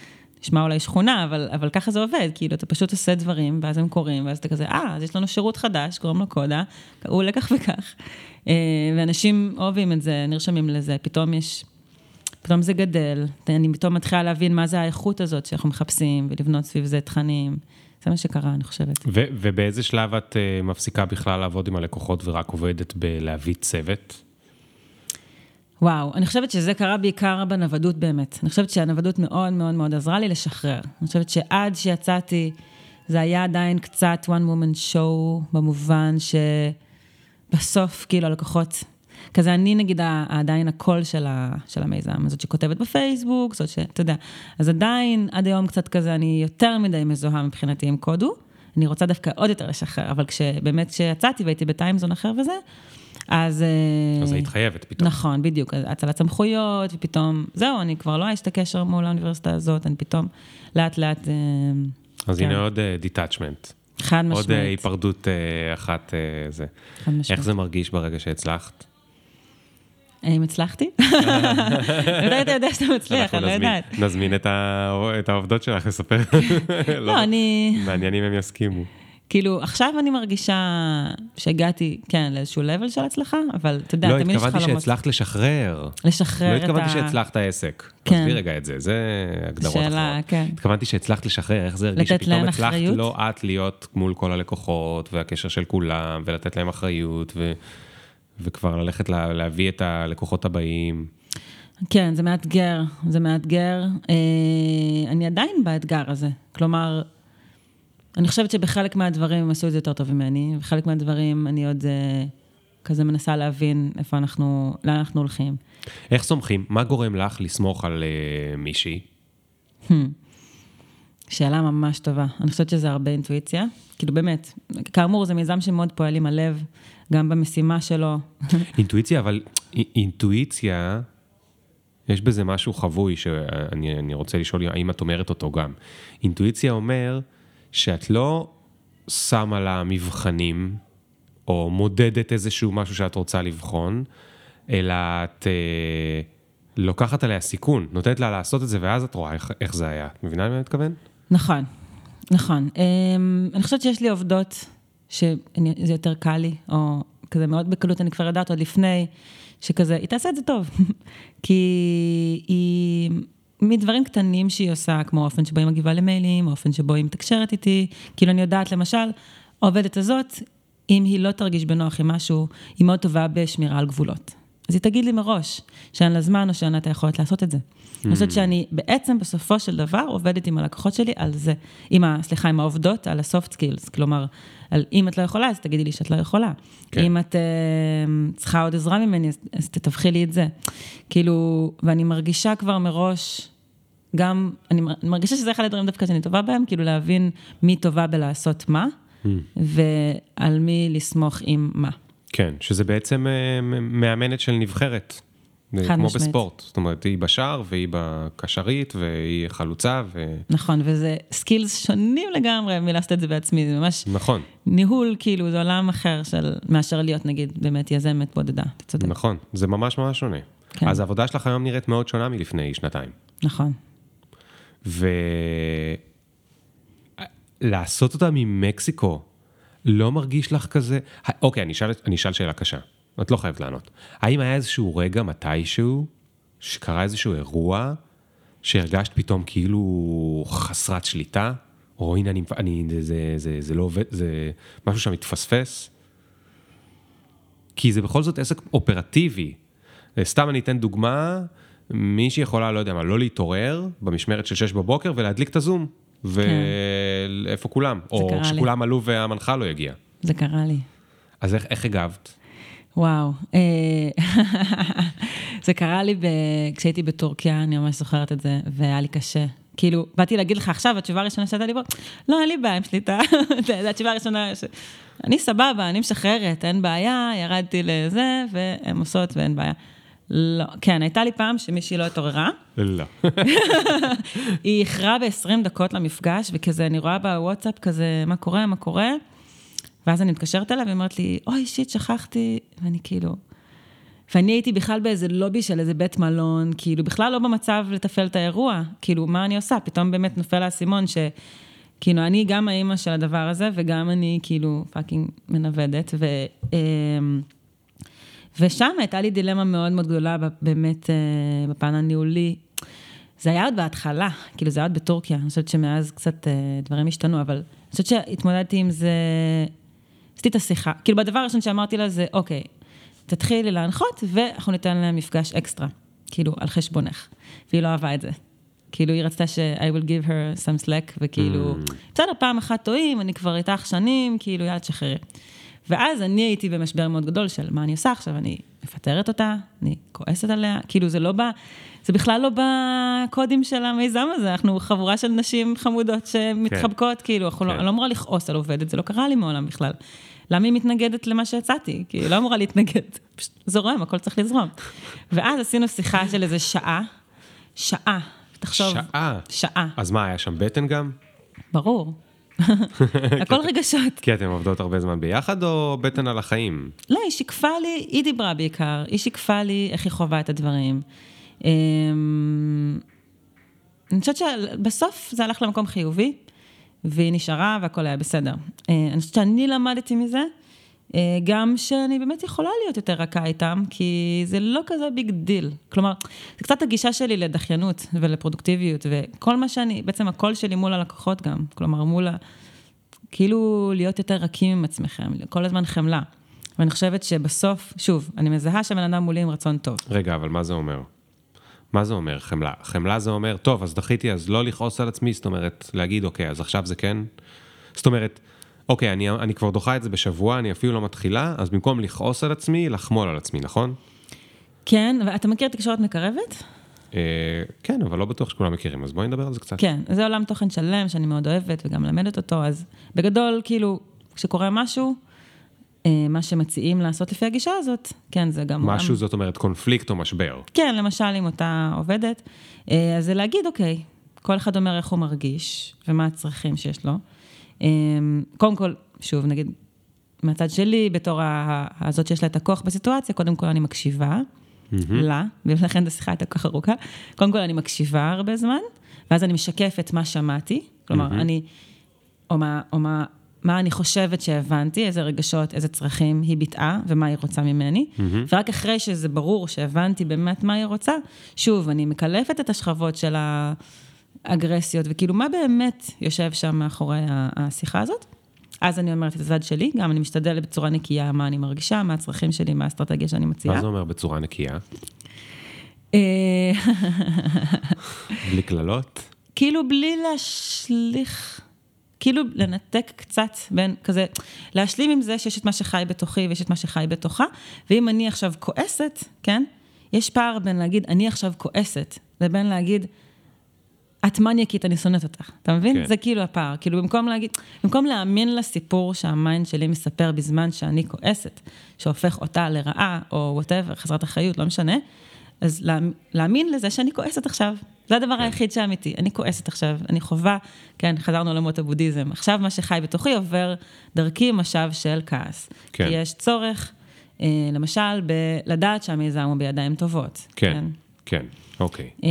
נשמע אולי שכונה, אבל, אבל ככה זה עובד, כאילו, אתה פשוט עושה דברים, ואז הם קוראים, ואז אתה כזה, אה, אז יש לנו שירות חדש, קוראים לו קודה, הוא עולה כך וכך. ואנשים אוהבים את זה, נרשמים לזה, פתאום יש, פתאום זה גדל, אני פתאום מתחילה להבין מה זה האיכות הזאת שאנחנו מחפשים, ולבנות סביב זה תכנים. זה מה שקרה, אני חושבת. ו- ובאיזה שלב את uh, מפסיקה בכלל לעבוד עם הלקוחות, ורק עובדת בלהביא צוות? וואו, אני חושבת שזה קרה בעיקר בנוודות באמת. אני חושבת שהנוודות מאוד מאוד מאוד עזרה לי לשחרר. אני חושבת שעד שיצאתי, זה היה עדיין קצת one woman show, במובן שבסוף, כאילו, הלקוחות, כזה אני נגיד עדיין הקול של, ה, של המיזם, זאת שכותבת בפייסבוק, זאת ש, אתה יודע, אז עדיין עד היום קצת כזה, אני יותר מדי מזוהה מבחינתי עם קודו, אני רוצה דווקא עוד יותר לשחרר, אבל כשבאמת כשיצאתי והייתי בטיימזון אחר וזה, אז... אז היית חייבת פתאום. נכון, בדיוק, הצלת סמכויות, ופתאום, זהו, אני כבר לא יש את הקשר מול האוניברסיטה הזאת, אני פתאום לאט לאט... אז הנה עוד דיטאצ'מנט. חד משמעית. עוד היפרדות אחת זה. חד משמעית. איך זה מרגיש ברגע שהצלחת? האם הצלחתי? מתי אתה יודע שאתה מצליח, אני לא יודעת. נזמין את העובדות שלך לספר. לא, אני... מעניין אם הם יסכימו. כאילו, עכשיו אני מרגישה שהגעתי, כן, לאיזשהו לבל של הצלחה, אבל אתה יודע, תמיד יש חלומות. לא, התכוונתי שהצלחת לשחרר. לשחרר את ה... לא התכוונתי שהצלחת העסק. כן. תסביר רגע את זה, זה הגדרות אחרות. שאלה, כן. התכוונתי שהצלחת לשחרר, איך זה הרגיש שפתאום הצלחת לא את להיות מול כל הלקוחות, והקשר של כולם, ולתת להם אחריות, ו... וכבר ללכת לה, להביא את הלקוחות הבאים. כן, זה מאתגר, זה מאתגר. אה, אני עדיין באתגר הזה. כלומר, אני חושבת שבחלק מהדברים הם עשו את זה יותר טוב ממני, וחלק מהדברים אני עוד אה, כזה מנסה להבין איפה אנחנו, לאן אנחנו הולכים. איך סומכים? מה גורם לך לסמוך על אה, מישהי? שאלה ממש טובה. אני חושבת שזה הרבה אינטואיציה. כאילו באמת, כאמור, זה מיזם שמאוד פועל עם הלב, גם במשימה שלו. אינטואיציה, אבל אינטואיציה, יש בזה משהו חבוי שאני אני רוצה לשאול האם את אומרת אותו גם. אינטואיציה אומר שאת לא שמה לה מבחנים, או מודדת איזשהו משהו שאת רוצה לבחון, אלא את אה, לוקחת עליה סיכון, נותנת לה לעשות את זה, ואז את רואה איך, איך זה היה. מבינה למה אני מתכוון? נכון, נכון. אני חושבת שיש לי עובדות שזה יותר קל לי, או כזה מאוד בקלות, אני כבר יודעת עוד לפני, שכזה, היא תעשה את זה טוב. כי היא, מדברים קטנים שהיא עושה, כמו אופן שבו היא מגיבה למיילים, אופן שבו היא מתקשרת איתי, כאילו אני יודעת, למשל, העובדת הזאת, אם היא לא תרגיש בנוח עם משהו, היא מאוד טובה בשמירה על גבולות. אז היא תגיד לי מראש, שאין לה זמן או שאין אתה יכולת לעשות את זה. אני חושבת שאני בעצם בסופו של דבר עובדת עם הלקוחות שלי על זה, עם ה, סליחה, עם העובדות, על ה-soft skills, כלומר, על אם את לא יכולה, אז תגידי לי שאת לא יכולה. כן. אם את uh, צריכה עוד עזרה ממני, אז, אז תתווכי לי את זה. כאילו, ואני מרגישה כבר מראש, גם, אני מרגישה שזה אחד הדברים דווקא שאני טובה בהם, כאילו להבין מי טובה בלעשות מה, mm. ועל מי לסמוך עם מה. כן, שזה בעצם מאמנת של נבחרת. כמו בספורט. זאת אומרת, היא בשער, והיא בקשרית, והיא חלוצה. ו... נכון, וזה סקילס שונים לגמרי מלעשות את זה בעצמי. זה ממש... נכון. ניהול, כאילו, זה עולם אחר של מאשר להיות, נגיד, באמת יזמת בודדה. אתה צודק. נכון, זה ממש ממש שונה. כן. אז העבודה שלך היום נראית מאוד שונה מלפני שנתיים. נכון. ולעשות אותה ממקסיקו, לא מרגיש לך כזה... אוקיי, אני אשאל, אני אשאל שאלה קשה. את לא חייבת לענות. האם היה איזשהו רגע, מתישהו, שקרה איזשהו אירוע, שהרגשת פתאום כאילו חסרת שליטה? או הנה, אני, אני, זה, זה, זה לא עובד, זה משהו שמתפספס? כי זה בכל זאת עסק אופרטיבי. סתם אני אתן דוגמה, מי שיכולה, לא יודע מה, לא להתעורר במשמרת של שש בבוקר ולהדליק את הזום. ואיפה כולם? או שכולם עלו והמנחה לא יגיע. זה קרה לי. אז איך, איך הגבת? וואו. זה קרה לי כשהייתי בטורקיה, אני ממש זוכרת את זה, והיה לי קשה. כאילו, באתי להגיד לך עכשיו, התשובה הראשונה שאתה לי בו, לא, אין לי בעיה עם שליטה. זה התשובה הראשונה, אני סבבה, אני משחררת, אין בעיה, ירדתי לזה, והן עושות ואין בעיה. לא, כן, הייתה לי פעם שמישהי לא התעוררה. לא. היא הכרעה ב-עשרים דקות למפגש, וכזה, אני רואה בוואטסאפ כזה, מה קורה, מה קורה, ואז אני מתקשרת אליה, ואומרת לי, אוי, שיט, שכחתי, ואני כאילו, ואני הייתי בכלל באיזה לובי של איזה בית מלון, כאילו בכלל לא במצב לתפעל את האירוע, כאילו מה אני עושה? פתאום באמת נופל האסימון ש... כאילו אני גם האמא של הדבר הזה, וגם אני כאילו פאקינג מנוודת, ו... ושם הייתה לי דילמה מאוד מאוד גדולה, באמת בפן הניהולי. זה היה עוד בהתחלה, כאילו זה היה עוד בטורקיה, אני חושבת שמאז קצת דברים השתנו, אבל אני חושבת שהתמודדתי עם זה, עשיתי את השיחה, כאילו בדבר הראשון שאמרתי לה זה, אוקיי, תתחילי להנחות, ואנחנו ניתן להם מפגש אקסטרה, כאילו על חשבונך, והיא לא אהבה את זה. כאילו היא רצתה ש- I will give her some slack, וכאילו, mm. בסדר, פעם אחת טועים, אני כבר איתך שנים, כאילו יאללה תשחררי. ואז אני הייתי במשבר מאוד גדול של מה אני עושה עכשיו, אני מפטרת אותה, אני כועסת עליה, כאילו זה לא בא, זה בכלל לא בקודים של המיזם הזה, אנחנו חבורה של נשים חמודות שמתחבקות, כאילו, אנחנו לא, לא אמורה לכעוס על עובדת, זה לא קרה לי מעולם בכלל. למה היא מתנגדת למה שהצעתי? כי לא אמורה להתנגד, פשוט זורם, הכל צריך לזרום. ואז עשינו שיחה של איזה שעה, שעה, תחשוב. שעה? שעה. אז מה, היה שם בטן גם? ברור. הכל רגשות. כי אתם עובדות הרבה זמן ביחד, או בטן על החיים? לא, היא שיקפה לי, היא דיברה בעיקר, היא שיקפה לי איך היא חובה את הדברים. אני חושבת שבסוף זה הלך למקום חיובי, והיא נשארה והכל היה בסדר. אני חושבת שאני למדתי מזה, גם שאני באמת יכולה להיות יותר רכה איתם, כי זה לא כזה ביג דיל. כלומר, זה קצת הגישה שלי לדחיינות ולפרודוקטיביות, וכל מה שאני, בעצם הקול שלי מול הלקוחות גם, כלומר מול ה... כאילו להיות יותר רכים עם עצמכם, כל הזמן חמלה. ואני חושבת שבסוף, שוב, אני מזהה שהבן אדם מולי עם רצון טוב. רגע, אבל מה זה אומר? מה זה אומר חמלה? חמלה זה אומר, טוב, אז דחיתי, אז לא לכעוס על עצמי, זאת אומרת, להגיד, אוקיי, אז עכשיו זה כן. זאת אומרת, אוקיי, אני, אני כבר דוחה את זה בשבוע, אני אפילו לא מתחילה, אז במקום לכעוס על עצמי, לחמול על עצמי, נכון? כן, ואתה מכיר תקשורת מקרבת? אה, כן, אבל לא בטוח שכולם מכירים, אז בואי נדבר על זה קצת. כן, זה עולם תוכן שלם, שאני מאוד אוהבת, וגם למדת אותו, אז בגדול, כאילו, כשקורה משהו, מה שמציעים לעשות לפי הגישה הזאת, כן, זה גם... משהו עולם... זאת אומרת, קונפליקט או משבר. כן, למשל, עם אותה עובדת, אז זה להגיד, אוקיי, כל אחד אומר איך הוא מרגיש, ומה הצרכים שיש לו. קודם כל, שוב, נגיד, מהצד שלי, בתור הזאת שיש לה את הכוח בסיטואציה, קודם כל אני מקשיבה לה, ולכן את השיחה הייתה כך ארוכה. קודם כל אני מקשיבה הרבה זמן, ואז אני משקפת מה שמעתי, כלומר, אני, או מה, או מה, מה אני חושבת שהבנתי, איזה רגשות, איזה צרכים היא ביטאה, ומה היא רוצה ממני, ורק אחרי שזה ברור שהבנתי באמת מה היא רוצה, שוב, אני מקלפת את השכבות של האגרסיות, וכאילו מה באמת יושב שם מאחורי השיחה הזאת, אז אני אומרת את הצד שלי, גם אני משתדלת בצורה נקייה, מה אני מרגישה, מה הצרכים שלי, מה האסטרטגיה שאני מציעה. מה זה אומר בצורה נקייה? בלי כללות? כאילו בלי להשליך, כאילו לנתק קצת בין כזה, להשלים עם זה שיש את מה שחי בתוכי ויש את מה שחי בתוכה, ואם אני עכשיו כועסת, כן? יש פער בין להגיד, אני עכשיו כועסת, לבין להגיד, את מניאקית, אני שונאת אותך, אתה מבין? כן. זה כאילו הפער, כאילו במקום להגיד, במקום להאמין לסיפור שהמיינד שלי מספר בזמן שאני כועסת, שהופך אותה לרעה, או whatever, חסרת אחריות, לא משנה, אז לה, להאמין לזה שאני כועסת עכשיו, זה הדבר כן. היחיד שאמיתי, אני כועסת עכשיו, אני חובה, כן, חזרנו לעולמות הבודהיזם, עכשיו מה שחי בתוכי עובר דרכי משב של כעס, כן. כי יש צורך, אה, למשל, בלדעת שהמיזם הוא בידיים טובות. כן, כן, כן. אוקיי. אה,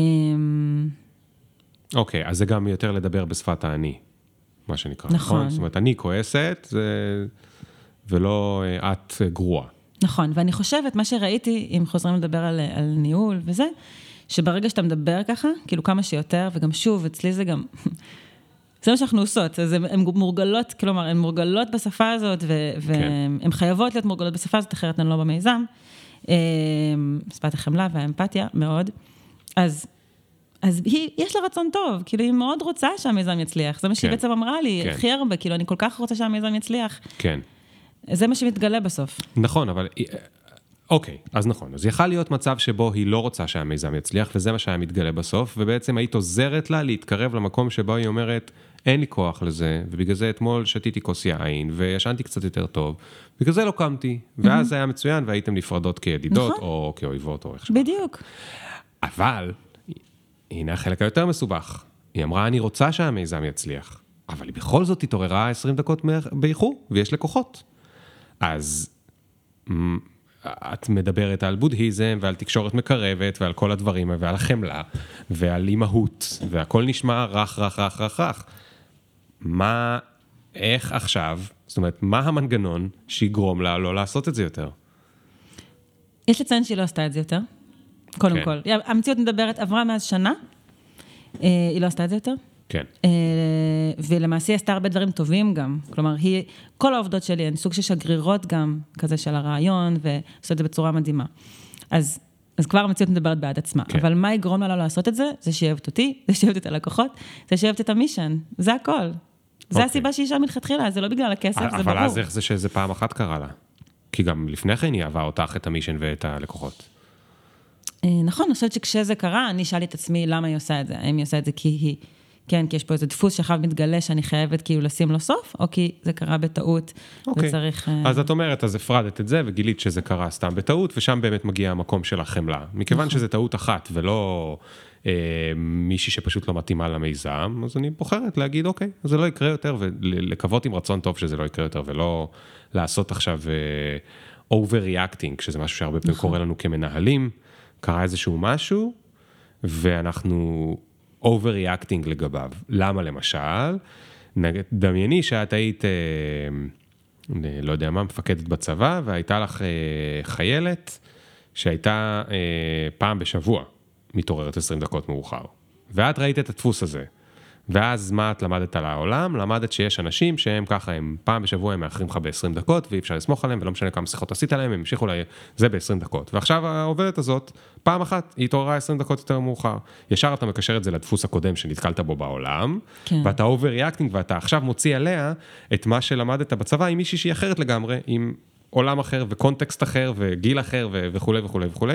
אוקיי, אז זה גם יותר לדבר בשפת האני, מה שנקרא. נכון. זאת אומרת, אני כועסת, זה... ולא את גרועה. נכון, ואני חושבת, מה שראיתי, אם חוזרים לדבר על, על ניהול וזה, שברגע שאתה מדבר ככה, כאילו כמה שיותר, וגם שוב, אצלי זה גם, זה מה שאנחנו עושות, אז הן מורגלות, כלומר, הן מורגלות בשפה הזאת, והן כן. חייבות להיות מורגלות בשפה הזאת, אחרת הן לא במיזם, שפת החמלה והאמפתיה מאוד, אז... אז היא, יש לה רצון טוב, כאילו היא מאוד רוצה שהמיזם יצליח, זה מה שהיא בעצם אמרה לי, הכי הרבה, כאילו אני כל כך רוצה שהמיזם יצליח. כן. זה מה שמתגלה בסוף. נכון, אבל, אוקיי, אז נכון, אז יכל להיות מצב שבו היא לא רוצה שהמיזם יצליח, וזה מה שהיה מתגלה בסוף, ובעצם היית עוזרת לה להתקרב למקום שבו היא אומרת, אין לי כוח לזה, ובגלל זה אתמול שתיתי כוס יין, וישנתי קצת יותר טוב, בגלל זה לא קמתי, ואז זה היה מצוין, והייתם נפרדות כידידות, או כאויבות, או איך שבא. בדיוק. אבל הנה החלק היותר מסובך. היא אמרה, אני רוצה שהמיזם יצליח, אבל היא בכל זאת התעוררה עשרים דקות באיחור, ויש לקוחות. אז את מדברת על בודהיזם ועל תקשורת מקרבת ועל כל הדברים ועל החמלה ועל אימהות והכל נשמע רך, רך, רך, רך, רך. מה, איך עכשיו, זאת אומרת, מה המנגנון שיגרום לה לא לעשות את זה יותר? יש לציין שהיא לא עשתה את זה יותר, קודם כל. המציאות מדברת, עברה מאז שנה, היא לא עשתה את זה יותר. כן. ולמעשה היא עשתה הרבה דברים טובים גם. כלומר, היא, כל העובדות שלי, הן סוג של שגרירות גם, כזה של הרעיון, ועושה את זה בצורה מדהימה. אז, אז כבר המציאות מדברת בעד עצמה. כן. אבל מה יגרום לה לא לעשות את זה? זה שאהבת אותי, זה שאהבת את הלקוחות, זה שאהבת את המישן. זה הכל. זה הסיבה שהיא שם מלכתחילה, זה לא בגלל הכסף, זה ברור. אבל אז איך זה שזה פעם אחת קרה לה? כי גם לפני כן היא אהבה אותך את המישן ואת הלקוחות. נכון, אני חושבת שכשזה קרה, אני שאלתי את עצמי למה היא עושה את זה. האם היא עושה את זה כי היא, כן, כי יש פה איזה דפוס שאחר מתגלה שאני חייבת כאילו לשים לו סוף, או כי זה קרה בטעות וצריך... אז את אומרת, אז הפרדת את זה וגילית שזה קרה סתם בטעות, ושם באמת מגיע המקום של החמלה. מכיוון שזה טעות אחת ולא מישהי שפשוט לא מתאימה למיזם, אז אני בוחרת להגיד, אוקיי, אז זה לא יקרה יותר, ולקוות עם רצון טוב שזה לא יקרה יותר, ולא לעשות עכשיו overreacting, שזה משהו שהרבה פעמים קורה לנו כמנהלים, קרה איזשהו משהו, ואנחנו overreacting לגביו. למה למשל? דמייני שאת היית, לא יודע מה, מפקדת בצבא, והייתה לך חיילת, שהייתה פעם בשבוע, מתעוררת עשרים דקות מאוחר. ואת ראית את הדפוס הזה. ואז מה את למדת על העולם? למדת שיש אנשים שהם ככה, הם פעם בשבוע הם מאחרים לך ב-עשרים דקות, ואי אפשר לסמוך עליהם, ולא משנה כמה שיחות עשית עליהם, הם המשיכו לזה ב-עשרים דקות. ועכשיו העובדת הזאת, פעם אחת, היא התעוררה עשרים דקות יותר מאוחר. ישר אתה מקשר את זה לדפוס הקודם שנתקלת בו בעולם, כן. ואתה overreacting, ואתה עכשיו מוציא עליה את מה שלמדת בצבא, עם מישהי שהיא אחרת לגמרי, עם עולם אחר, וקונטקסט אחר, וגיל אחר, וכו' וכו' וכו'.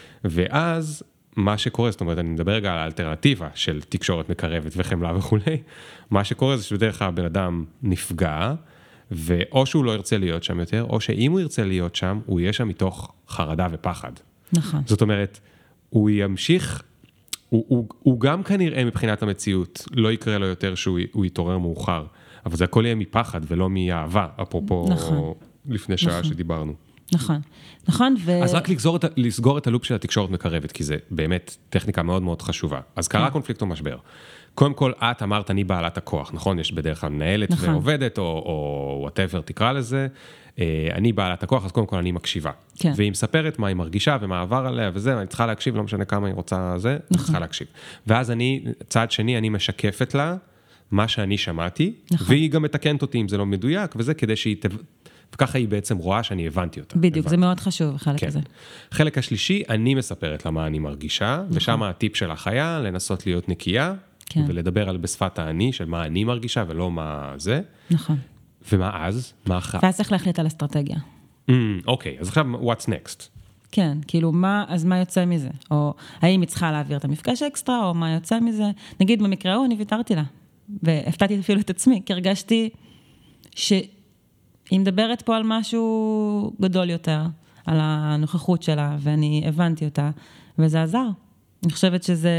ואז מה שקורה, זאת אומרת, אני מדבר רגע על האלטרנטיבה של תקשורת מקרבת וחמלה וכו'. מה שקורה זה שבדרך כלל הבן אדם נפגע, ואו שהוא לא ירצה להיות שם יותר, או שאם הוא ירצה להיות שם, הוא יהיה שם מתוך חרדה ופחד. נכון. זאת אומרת, הוא ימשיך, הוא, הוא, הוא גם כנראה מבחינת המציאות, לא יקרה לו יותר שהוא יתעורר מאוחר, אבל זה הכל יהיה מפחד ולא מאהבה, אפרופו נכון. לפני שעה נכון. שדיברנו. נכון, נכון, ו... אז רק לסגור את, לסגור את הלופ של התקשורת מקרבת, כי זה באמת טכניקה מאוד מאוד חשובה. אז קרה קונפליקט או משבר. קודם כל, את אמרת, אני בעלת הכוח, נכון? יש בדרך כלל מנהלת נכון. ועובדת, או, או whatever תקרא לזה. אני בעלת הכוח, אז קודם כל אני מקשיבה. כן. והיא מספרת מה היא מרגישה ומה עבר עליה וזה, אני צריכה להקשיב, לא משנה כמה היא רוצה זה, נכון. אני צריכה להקשיב. ואז אני, צעד שני, אני משקפת לה מה שאני שמעתי, נכון. והיא גם מתקנת אותי אם זה לא מדויק, וזה כדי שהיא תב... וככה היא בעצם רואה שאני הבנתי אותה. בדיוק, הבנתי. זה מאוד חשוב, החלק כן. הזה. חלק השלישי, אני מספרת לה מה אני מרגישה, נכון. ושם הטיפ של החיה, לנסות להיות נקייה, כן. ולדבר על בשפת האני, של מה אני מרגישה, ולא מה זה. נכון. ומה אז? מה אחר? ואז צריך להחליט על אסטרטגיה. Mm, אוקיי, אז עכשיו, what's next? כן, כאילו, מה, אז מה יוצא מזה? או האם היא צריכה להעביר את המפגש אקסטרה, או מה יוצא מזה? נגיד, במקרה הוא, אני ויתרתי לה. והפתעתי אפילו את עצמי, כי הרגשתי ש... היא מדברת פה על משהו גדול יותר, על הנוכחות שלה, ואני הבנתי אותה, וזה עזר. אני חושבת שזה,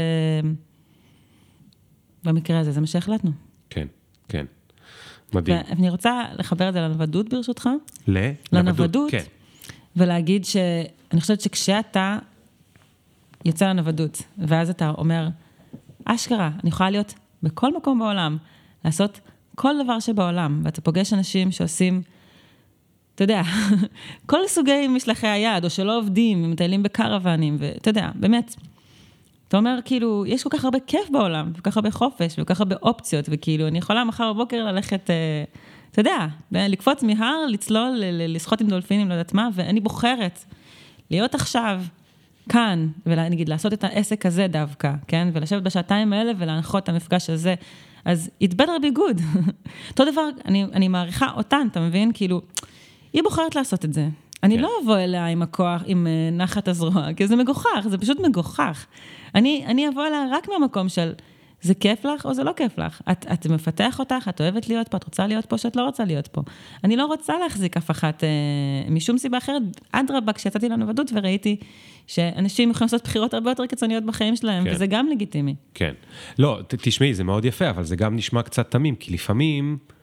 במקרה הזה, זה מה שהחלטנו. כן, כן. מדהים. ואני רוצה לחבר את זה לנוודות ברשותך. ל? לנוודות. כן. ולהגיד שאני חושבת שכשאתה יוצא לנוודות, ואז אתה אומר, אשכרה, אני יכולה להיות בכל מקום בעולם, לעשות כל דבר שבעולם, ואתה פוגש אנשים שעושים, אתה יודע, כל סוגי משלחי היד, או שלא עובדים, מטיילים בקרוונים, ואתה יודע, באמת, אתה אומר, כאילו, יש כל כך הרבה כיף בעולם, וכל כך הרבה חופש, וכל כך הרבה אופציות, וכאילו, אני יכולה מחר בבוקר ללכת, אתה יודע, לקפוץ מהר, לצלול, לשחות עם דולפינים, לא יודעת מה, ואני בוחרת להיות עכשיו, כאן, ונגיד, לעשות את העסק הזה דווקא, כן? ולשבת בשעתיים האלה, ולהנחות את המפגש הזה, אז it better be good. אותו דבר, אני, אני מעריכה אותן, אתה מבין? כאילו, היא בוחרת לעשות את זה. אני כן. לא אבוא אליה עם הכוח, עם נחת הזרוע, כי זה מגוחך, זה פשוט מגוחך. אני, אני אבוא אליה רק מהמקום של, זה כיף לך או זה לא כיף לך? את, את מפתח אותך, את אוהבת להיות פה, את רוצה להיות פה, שאת לא רוצה להיות פה. אני לא רוצה להחזיק אף אחת, אה, משום סיבה אחרת, עד רבה, כשיצאתי לנוודות וראיתי שאנשים יכולים לעשות בחירות הרבה יותר קיצוניות בחיים שלהם, כן. וזה גם לגיטימי. כן. לא, ת, תשמעי, זה מאוד יפה, אבל זה גם נשמע קצת תמים, כי לפעמים,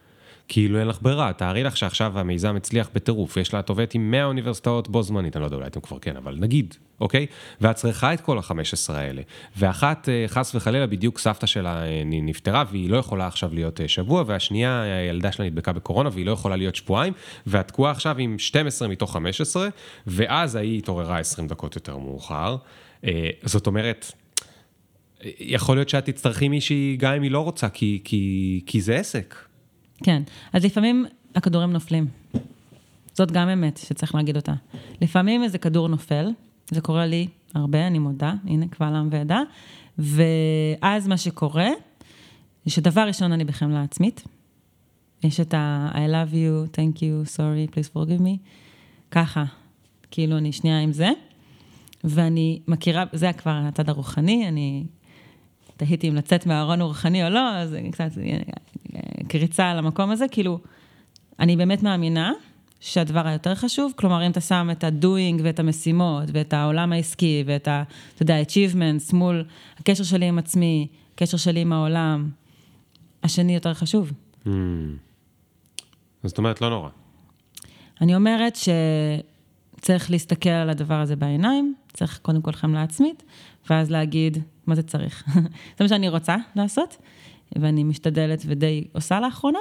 כאילו אין לך ברירה, תארי לך שעכשיו המיזם הצליח בטירוף, יש לה טובת עם מאה אוניברסיטאות בו זמנית, אני לא יודע, אולי אתם כבר כן, אבל נגיד, אוקיי? ואת צריכה את כל ה-חמש עשרה האלה, ואחת חס וחלילה בדיוק סבתא שלה נפטרה, והיא לא יכולה עכשיו להיות שבוע, והשנייה הילדה שלה נדבקה בקורונה, והיא לא יכולה להיות שבועיים, ואת תקועה עכשיו עם שתים עשרה מתוך חמש עשרה, ואז היא התעוררה עשרים דקות יותר מאוחר. זאת אומרת, יכול להיות שאת תצטרכי מישהי גם אם היא לא רוצה, כי, כי, כי זה עסק. כן, אז לפעמים הכדורים נופלים. זאת גם אמת שצריך להגיד אותה. לפעמים איזה כדור נופל, זה קורה לי הרבה, אני מודה, הנה קבל עם ועדה, ואז מה שקורה, זה שדבר ראשון אני בחמלה עצמית, יש את ה- I love you, thank you, sorry, please forgive me, ככה, כאילו אני שנייה עם זה, ואני מכירה, זה כבר הצד הרוחני, אני תהיתי אם לצאת מהארון הרוחני או לא, אז קצת קריצה על המקום הזה, כאילו, אני באמת מאמינה שהדבר היותר חשוב, כלומר, אם אתה שם את ה-doing ואת המשימות, ואת העולם העסקי, ואת ה, אתה יודע, achievements מול הקשר שלי עם עצמי, הקשר שלי עם העולם, השני יותר חשוב. Mm. אז זאת אומרת, לא נורא. אני אומרת שצריך להסתכל על הדבר הזה בעיניים, צריך קודם כל חמלה עצמית, ואז להגיד מה זה צריך. זה מה שאני רוצה לעשות, ואני משתדלת ודי עושה לאחרונה,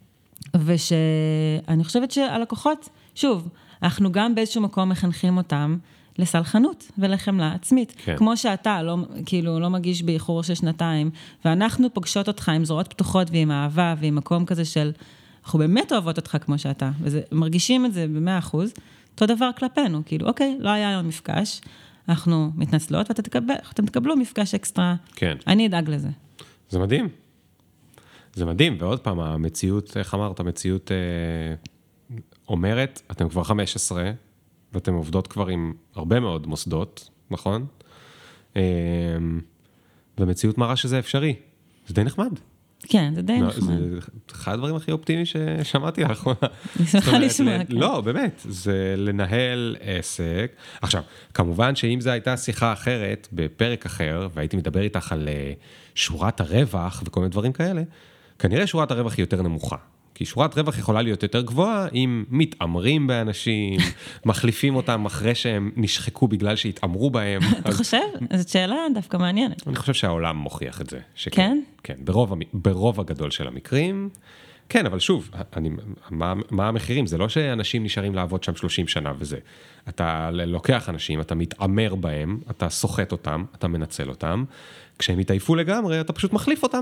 ושאני חושבת שהלקוחות, שוב, אנחנו גם באיזשהו מקום מחנכים אותם לסלחנות ולחמלה עצמית. כן. כמו שאתה לא, כאילו, לא מגיש באיחור של שנתיים, ואנחנו פוגשות אותך עם זרועות פתוחות ועם אהבה, ועם מקום כזה של, אנחנו באמת אוהבות אותך כמו שאתה, ומרגישים את זה במאה אחוז, אותו דבר כלפינו, כאילו, אוקיי, לא היה היום מפגש, אנחנו מתנצלות, ואתם תקבל, תקבלו מפגש אקסטרה. כן. אני אדאג לזה. זה מדהים. זה מדהים, ועוד פעם, המציאות, איך אמרת, המציאות אה, אומרת, אתם כבר חמש עשרה, ואתם עובדות כבר עם הרבה מאוד מוסדות, נכון? אה, והמציאות מראה שזה אפשרי. זה די נחמד. כן, זה די נחמד. זה אחד הדברים הכי אופטימיים ששמעתי לאחרונה. אני שמחה לשמוע. לא, באמת, זה לנהל עסק. עכשיו, כמובן שאם זו הייתה שיחה אחרת, בפרק אחר, והייתי מדבר איתך על שורת הרווח וכל מיני דברים כאלה, כנראה שורת הרווח היא יותר נמוכה. כי שורת רווח יכולה להיות יותר גבוהה, אם מתאמרים באנשים, מחליפים אותם אחרי שהם נשחקו בגלל שהתאמרו בהם. אתה חושב? זאת שאלה דווקא מעניינת. אני חושב שהעולם מוכיח את זה. כן? כן, ברוב, ברוב הגדול של המקרים. כן, אבל שוב, אני, מה, מה המחירים? זה לא שאנשים נשארים לעבוד שם שלושים שנה וזה. אתה לוקח אנשים, אתה מתאמר בהם, אתה סוחט אותם, אתה מנצל אותם. כשהם יתעייפו לגמרי, אתה פשוט מחליף אותם.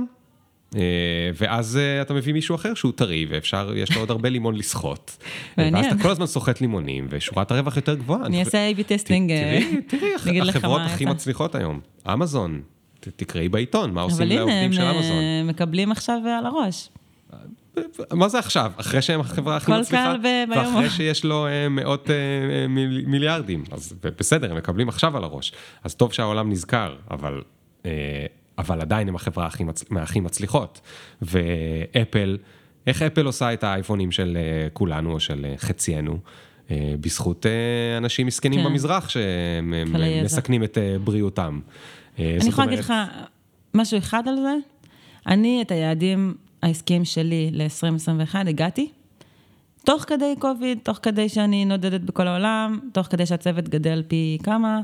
ואז אתה מביא מישהו אחר שהוא טרי, ואפשר, יש לו עוד הרבה לימון לסחוט. ואז אתה כל הזמן סוחט לימונים, ושורת הרווח יותר גבוהה. אני אעשה איי בי טסטינג. תראי, תראי, החברות הכי מצליחות היום. אמזון, תקראי בעיתון, מה עושים לעובדים של אמזון. אבל הנה, הם מקבלים עכשיו על הראש. מה זה עכשיו? אחרי שהם החברה הכי מצליחה, ואחרי שיש לו מאות מיליארדים. אז בסדר, הם מקבלים עכשיו על הראש. אז טוב שהעולם נזכר, אבל... אבל עדיין הם החברה הכי, מצ... הכי מצליחות. ואפל, איך אפל עושה את האייפונים של כולנו, או של חציינו, בזכות אנשים מסכנים כן. במזרח, שמסכנים את בריאותם. אני יכולה אומרת... להגיד לך משהו אחד על זה. אני את היעדים העסקיים שלי ל-עשרים עשרים ואחת הגעתי, תוך כדי קוביד, תוך כדי שאני נודדת בכל העולם, תוך כדי שהצוות גדל פי כמה,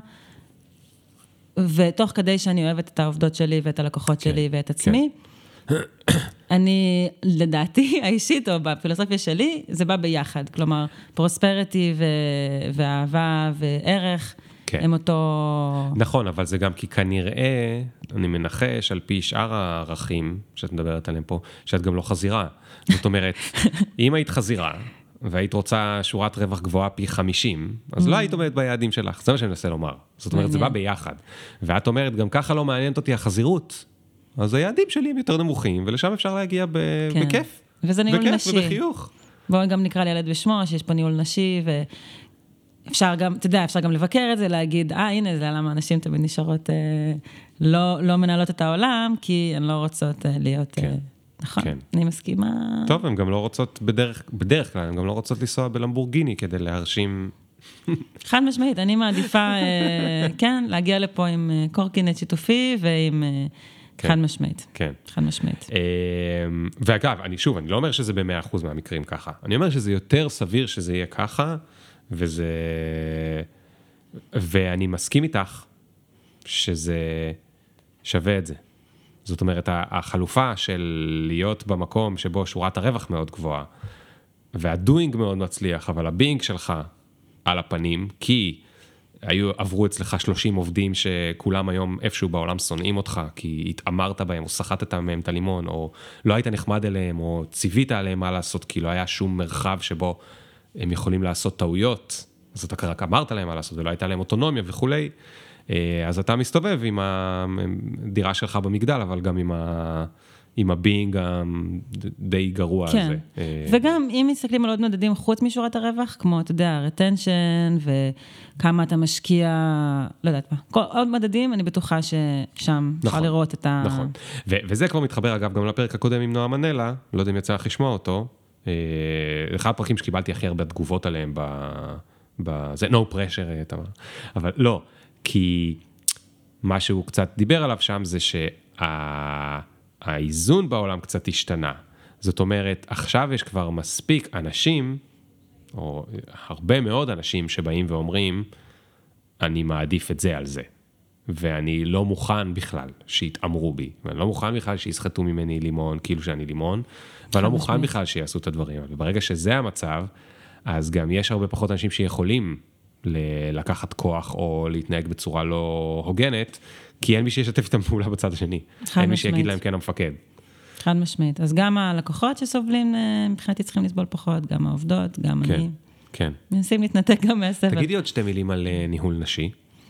ותוך כדי שאני אוהבת את העובדות שלי ואת הלקוחות כן, שלי ואת עצמי, כן. אני, לדעתי, האישית או בפילוסופיה שלי, זה בא ביחד. כלומר, פרוספריטי ו... ואהבה וערך, כן. הם אותו... נכון, אבל זה גם כי כנראה, אני מנחש על פי שאר הערכים שאת מדברת עליהם פה, שאת גם לא חזירה. זאת אומרת, אם היית חזירה, והיית רוצה שורת רווח גבוהה פי חמישים, אז לא היית עומדת ביעדים שלך, זה מה שאני מנסה לומר. זאת אומרת, זה בא ביחד. ואת אומרת, גם ככה לא מעניינת אותי החזירות, אז היעדים שלי הם יותר נמוכים, ולשם אפשר להגיע בכיף. וזה ניהול נשי. בכיף ובחיוך. בואו גם נקרא לילד בשמו, שיש פה ניהול נשי, ואפשר גם, אתה יודע, אפשר גם לבקר את זה, להגיד, אה, הנה, זה למה אנשים תמיד נשארות, לא מנהלות את העולם, כי הן לא רוצות להיות... נכון, כן. אני מסכימה. טוב, הן גם לא רוצות, בדרך, בדרך כלל, הן גם לא רוצות לנסוע בלמבורגיני כדי להרשים... חד משמעית, אני מעדיפה, כן, להגיע לפה עם קורקינט שיתופי ועם חד משמעית. כן. חד משמעית. ואגב, אני שוב, אני לא אומר שזה ב-מאה אחוז מהמקרים ככה. אני אומר שזה יותר סביר שזה יהיה ככה, וזה... ואני מסכים איתך שזה שווה את זה. זאת אומרת, החלופה של להיות במקום שבו שורת הרווח מאוד גבוהה, והדוינג מאוד מצליח, אבל הבינג שלך על הפנים, כי היו, עברו אצלך שלושים עובדים שכולם היום איפשהו בעולם שונאים אותך, כי התאמרת בהם, או שחטת מהם את הלימון, או לא היית נחמד אליהם, או ציווית עליהם מה לעשות, כי לא היה שום מרחב שבו הם יכולים לעשות טעויות, אז אתה רק אמרת להם מה לעשות, ולא הייתה להם אוטונומיה וכולי, אז אתה מסתובב עם הדירה שלך במגדל, אבל גם עם ה... עם הבינג די גרוע כן. הזה. וגם אם מסתכלים על עוד מדדים חוץ משורת הרווח, כמו, אתה יודע, רטנשן, וכמה אתה משקיע, לא יודעת מה, כל, עוד מדדים, אני בטוחה ששם אפשר נכון, לראות את ה... נכון, ו- וזה כבר מתחבר, אגב, גם לפרק הקודם עם נועה מנלה, לא יודע אם יצא לך לשמוע אותו, אחד הפרקים שקיבלתי הכי הרבה תגובות עליהם, ב... ב... זה no pressure, תמר. אבל לא, כי מה שהוא קצת דיבר עליו שם, זה שה... האיזון בעולם קצת השתנה. זאת אומרת, עכשיו יש כבר מספיק אנשים, או הרבה מאוד אנשים שבאים ואומרים, אני מעדיף את זה על זה. ואני לא מוכן בכלל שיתאמרו בי. ואני לא מוכן בכלל שיסחטו ממני לימון, כאילו שאני לימון, ואני לא מוכן בכלל שיעשו את הדברים. וברגע שזה המצב, אז גם יש הרבה פחות אנשים שיכולים לקחת כוח או להתנהג בצורה לא הוגנת, כי אין מי שישתף איתם פעולה בצד השני. אין מי שיגיד להם כן המפקד. חד משמעית. אז גם הלקוחות שסובלים, מבחינתי צריכים לסבול פחות, גם העובדות, גם כן, אני. כן. מנסים להתנתק גם מהסבל. תגידי עוד שתי מילים על ניהול נשי.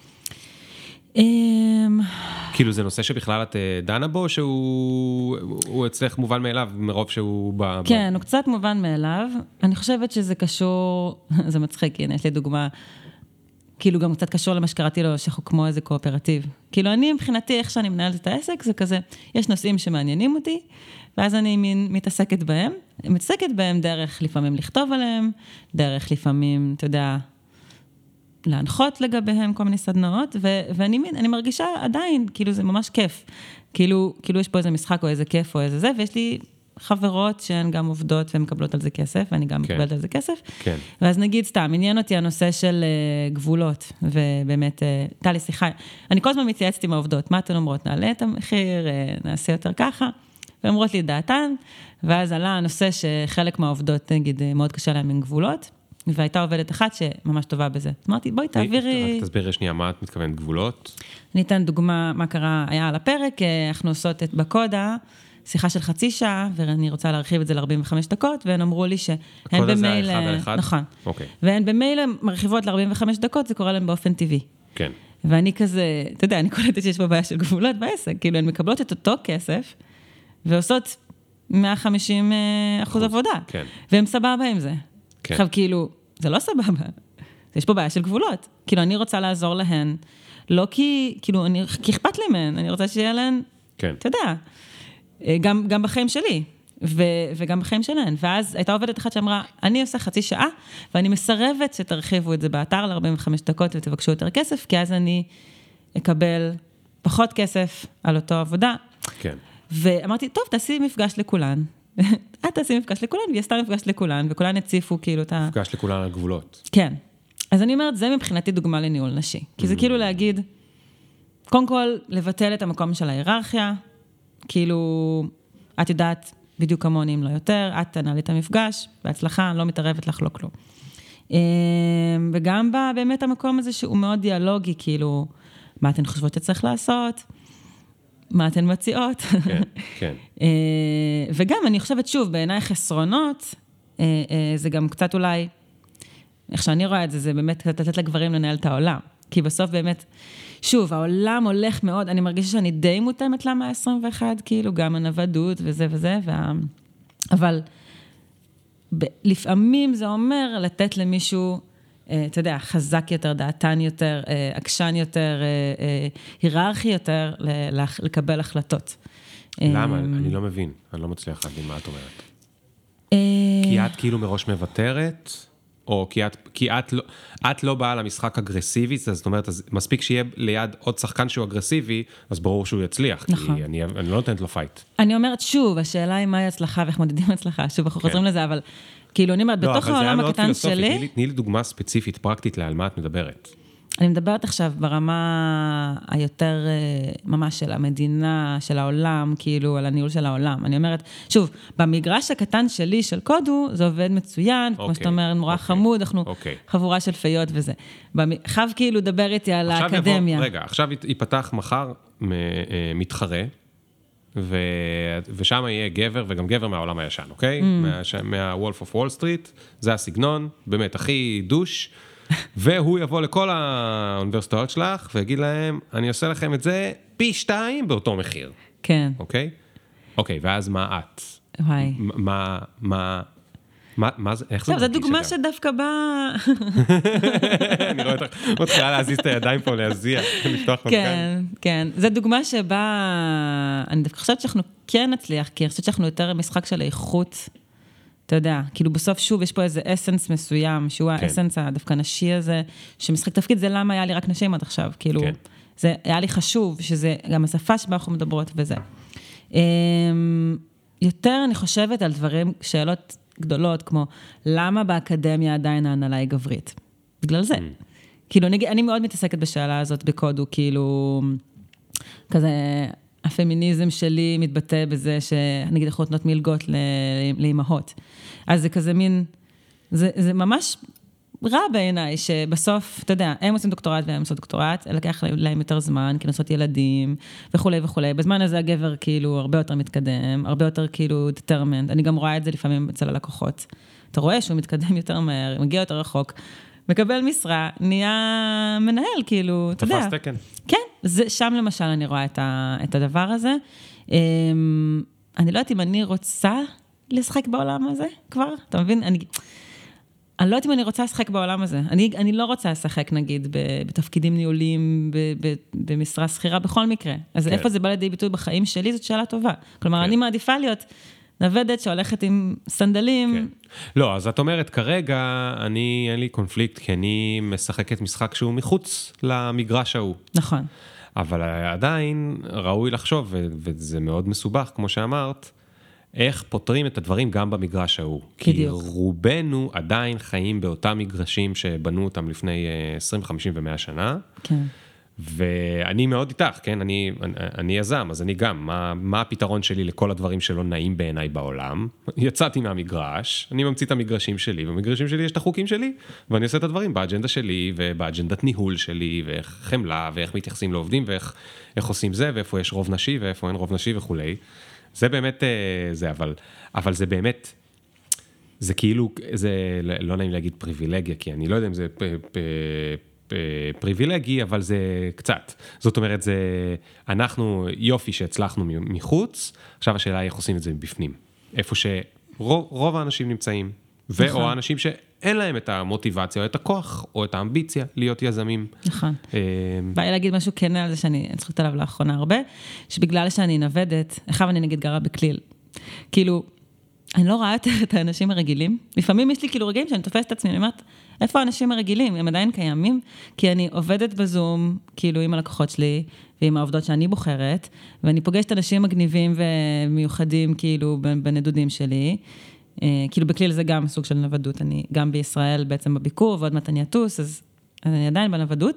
כאילו זה נושא שבכלל את דנה בו, שהוא אצלך מובן מאליו, מרוב שהוא... כן, הוא קצת מובן מאליו. אני חושבת שזה קשור, זה מצחיק, הנה, יש לי דוגמה, כאילו גם קצת קשור למה שקראתי לו, שאנחנו כמו איזה קואופרטיב. כאילו אני מבחינתי, איך שאני מנהלת את העסק, זה כזה, יש נושאים שמעניינים אותי, ואז אני מתעסקת בהם, מתעסקת בהם דרך לפעמים לכתוב עליהם, דרך לפעמים, אתה יודע, להנחות לגביהם כל מיני סדנאות, ו- ואני אני מרגישה עדיין, כאילו זה ממש כיף. כאילו, כאילו יש פה איזה משחק או איזה כיף או איזה זה, ויש לי חברות שהן גם עובדות והן מקבלות על זה כסף, ואני גם כן. מקבלת על זה כסף. כן. ואז נגיד סתם, עניין אותי הנושא של uh, גבולות, ובאמת, הייתה uh, לי שיחה, אני כל הזמן מתייעצת עם העובדות, מה אתן אומרות? נעלה את המחיר, uh, נעשה יותר ככה, ואומרות לי דעתן, ואז עלה הנושא שחלק מהעובדות, נגיד, מאוד קשה להם עם גבולות, והייתה עובדת אחת שממש טובה בזה. אמרתי, בואי תעבירי... תסבירי שנייה, מה את מתכוונת גבולות? אני אתן דוגמה, מה קרה, היה על הפרק, אנחנו עושות את בקודה, שיחה של חצי שעה, ואני רוצה להרחיב את זה ל-ארבעים וחמש דקות, והן אמרו לי שהן במייל... קודה זה אחד על אחד? נכון. אוקיי. והן במייל מרחיבות ל-ארבעים וחמש דקות, זה קורה להן באופן טבעי. כן. ואני כזה, אתה יודע, אני קולטת שיש פה בעיה של גבולות בעסק, כאילו הן מקבלות את אותו כסף, ועושות מאה וחמישים אחוז עבודה. כן. והן סבבה עם זה. כן. עכשיו, כאילו, זה לא סבבה. יש פה בעיה של גבולות. כאילו, אני רוצה לעזור להן, לא כי, כאילו, אני, כי אכפת לי מהן, אני רוצה שיהיה להן, כן. אתה יודע, גם, גם בחיים שלי, ו, וגם בחיים שלהן. ואז הייתה עובדת אחת שאמרה, אני עושה חצי שעה, ואני מסרבת שתרחיבו את זה באתר ל-ארבעים וחמש דקות ותבקשו יותר כסף, כי אז אני אקבל פחות כסף על אותו עבודה. כן. ואמרתי, טוב, תעשי מפגש לכולן. את תעשי מפגש לכולן, והיא עשתה מפגש לכולן, וכולן הציפו כאילו את ה... מפגש לכולן על גבולות. כן. אז אני אומרת, זה מבחינתי דוגמה לניהול נשי. כי זה כאילו להגיד, קודם כל, לבטל את המקום של ההיררכיה, כאילו, את יודעת בדיוק כמוני אם לא יותר, את תנהלי את המפגש, בהצלחה, אני לא מתערבת לך, לא כלום. וגם בה באמת המקום הזה שהוא מאוד דיאלוגי, כאילו, מה אתן חושבות שצריך לעשות? מה אתן מציעות? כן, כן. וגם אני חושבת, שוב, בעיניי חסרונות, זה גם קצת אולי, איך שאני רואה את זה, זה באמת לתת לגברים לנהל את העולם. כי בסוף באמת, שוב, העולם הולך מאוד, אני מרגישה שאני די מותאמת למאה ה-עשרים ואחת, כאילו, גם הנוודות וזה וזה, וה... אבל ב... לפעמים זה אומר לתת למישהו, אתה יודע, חזק יותר, דעתן יותר, עקשן יותר, היררכי יותר, לקבל החלטות. למה? אני לא מבין. אני לא מצליח להבין מה את אומרת. כי את כאילו מראש מבטרת, או כי את, כי את, לא, את לא באה למשחק אגרסיבי, זאת אומרת, אז מספיק שיהיה ליד עוד שחקן שהוא אגרסיבי, אז ברור שהוא יצליח, נכון. כי אני, אני לא נותנת לו פייט. אני אומרת שוב, השאלה היא מהי הצלחה ואיך מודדים הצלחה, שוב, אנחנו חוזרים לזה, אבל כאילו, אני אומרת, לא, בתוך העולם הקטן שלי... תני לי, תני לי דוגמה ספציפית, פרקטית, על מה את מדברת. אני מדברת עכשיו ברמה היותר ממש של המדינה, של העולם, כאילו, על הניהול של העולם. אני אומרת, שוב, במגרש הקטן שלי, של קודו, זה עובד מצוין, כמו שאתה אומר, נורא חמוד, אנחנו חבורה של פיות וזה. חב כאילו דבר איתי על האקדמיה. רגע, עכשיו ייפתח מחר מתחרה, ושם יהיה גבר, וגם גבר מהעולם הישן, אוקיי? מה-Wolf of Wall Street, זה הסגנון, באמת, הכי דוש, והוא יבוא לכל האוניברסיטאות שלך, ויגיד להם, אני עושה לכם את זה פי שתיים באותו מחיר. כן. אוקיי? אוקיי, ואז מה את? וואי. מה, מה, מה, מה זה, איך זה מרגיש? זו דוגמה שדווקא באה... אני רואה אותך, מתחילה להזיז את הידיים פה, להזיע, לפתוח מזגן. כן, כן. זו דוגמה שבה, אני דווקא חושבת שאנחנו כן נצליח, כי אני חושבת שאנחנו יותר משחק של איכות, אתה יודע, כאילו בסוף שוב יש פה איזה אסנס מסוים, שהוא האסנס הדווקא נשי הזה, שמשחק תפקיד זה למה היה לי רק נשים עד עכשיו, כאילו, זה היה לי חשוב, שזה גם השפה שבה אנחנו מדברות וזה. יותר אני חושבת על דברים, שאלות גדולות, כמו למה באקדמיה עדיין ההנהלה היא גברית? בגלל זה. כאילו, אני, אני מאוד מתעסקת בשאלה הזאת בקודו, כאילו, כזה, הפמיניזם שלי מתבטא בזה שנגיד אנחנו נותנות מלגות לאימהות. אז זה כזה מין, זה, זה ממש רע בעיניי, שבסוף, אתה יודע, הם עושים דוקטורט והם עושים דוקטורט, לקח להם יותר זמן, כי נעשות ילדים וכו' וכו'. בזמן הזה הגבר כאילו הרבה יותר מתקדם, הרבה יותר כאילו determined. אני גם רואה את זה לפעמים אצל הלקוחות. אתה רואה שהוא מתקדם יותר מהר, מגיע יותר רחוק, מקבל משרה, נהיה מנהל, כאילו, אתה יודע. תפס תקן. כן, זה, שם למשל אני רואה את, ה, את הדבר הזה. אני לא יודעת אם אני רוצה לשחק בעולם הזה כבר, אתה מבין? אני, אני לא יודעת אם אני רוצה לשחק בעולם הזה. אני, אני לא רוצה לשחק, נגיד, בתפקידים ניהולים, במשרה שכירה, בכל מקרה. אז כן. איפה זה בא לידי ביטוי בחיים שלי, זאת שאלה טובה. כלומר, כן. אני מעדיפה להיות נוודת שהולכת עם סנדלים. כן. לא, אז את אומרת, כרגע אני, אין לי קונפליקט, כי אני משחקת משחק שהוא מחוץ למגרש ההוא. נכון. אבל עדיין ראוי לחשוב, וזה מאוד מסובך, כמו שאמרת, איך פותרים את הדברים גם במגרש ההוא. בדיוק. כי רובנו עדיין חיים באותם מגרשים שבנו אותם לפני עשרים, חמישים ומאה שנה. כן. ואני מאוד איתך, כן? אני, אני, אני יזם, אז אני גם, מה, מה הפתרון שלי לכל הדברים שלא נעים בעיניי בעולם? יצאתי מהמגרש, אני ממציא את המגרשים שלי, ובמגרשים שלי יש את החוקים שלי, ואני עושה את הדברים באג'נדה שלי, ובאג'נדת ניהול שלי, ואיך חמלה, ואיך מתייחסים לעובדים, ואיך איך עושים זה, ואיפה יש רוב נשי, ואיפה אין רוב נשי וכולי. זה באמת, זה, אבל, אבל זה באמת, זה כאילו, זה לא נעים להגיד פריבילגיה, כי אני לא יודע אם זה פ, פ, פריבילגי, אבל זה קצת. זאת אומרת, זה, אנחנו יופי שהצלחנו מחוץ, עכשיו השאלה היא איך עושים את זה בפנים. איפה שרוב האנשים נמצאים, ואו האנשים שאין להם את המוטיבציה, או את הכוח, או את האמביציה להיות יזמים. נכון. בא לי להגיד משהו כן על זה שאני צחקת עליו לאחרונה הרבה, שבגלל שאני נוודת, אחד אני נגיד גרה בכליל. כאילו, אני לא רואה יותר את האנשים הרגילים. לפעמים יש לי כאילו רגעים שאני תופסת את עצמי, אני אומרת, איפה האנשים הרגילים? הם עדיין קיימים, כי אני עובדת בזום, כאילו עם הלקוחות שלי, ועם העובדות שאני בוחרת, ואני פוגשת אנשים מגניבים ומיוחדים, כאילו, בנדודים שלי. כאילו בכליל זה גם סוג של נוודות. אני גם בישראל בעצם בביקור, ועוד מעט אני אטוס, אז אני עדיין בנוודות.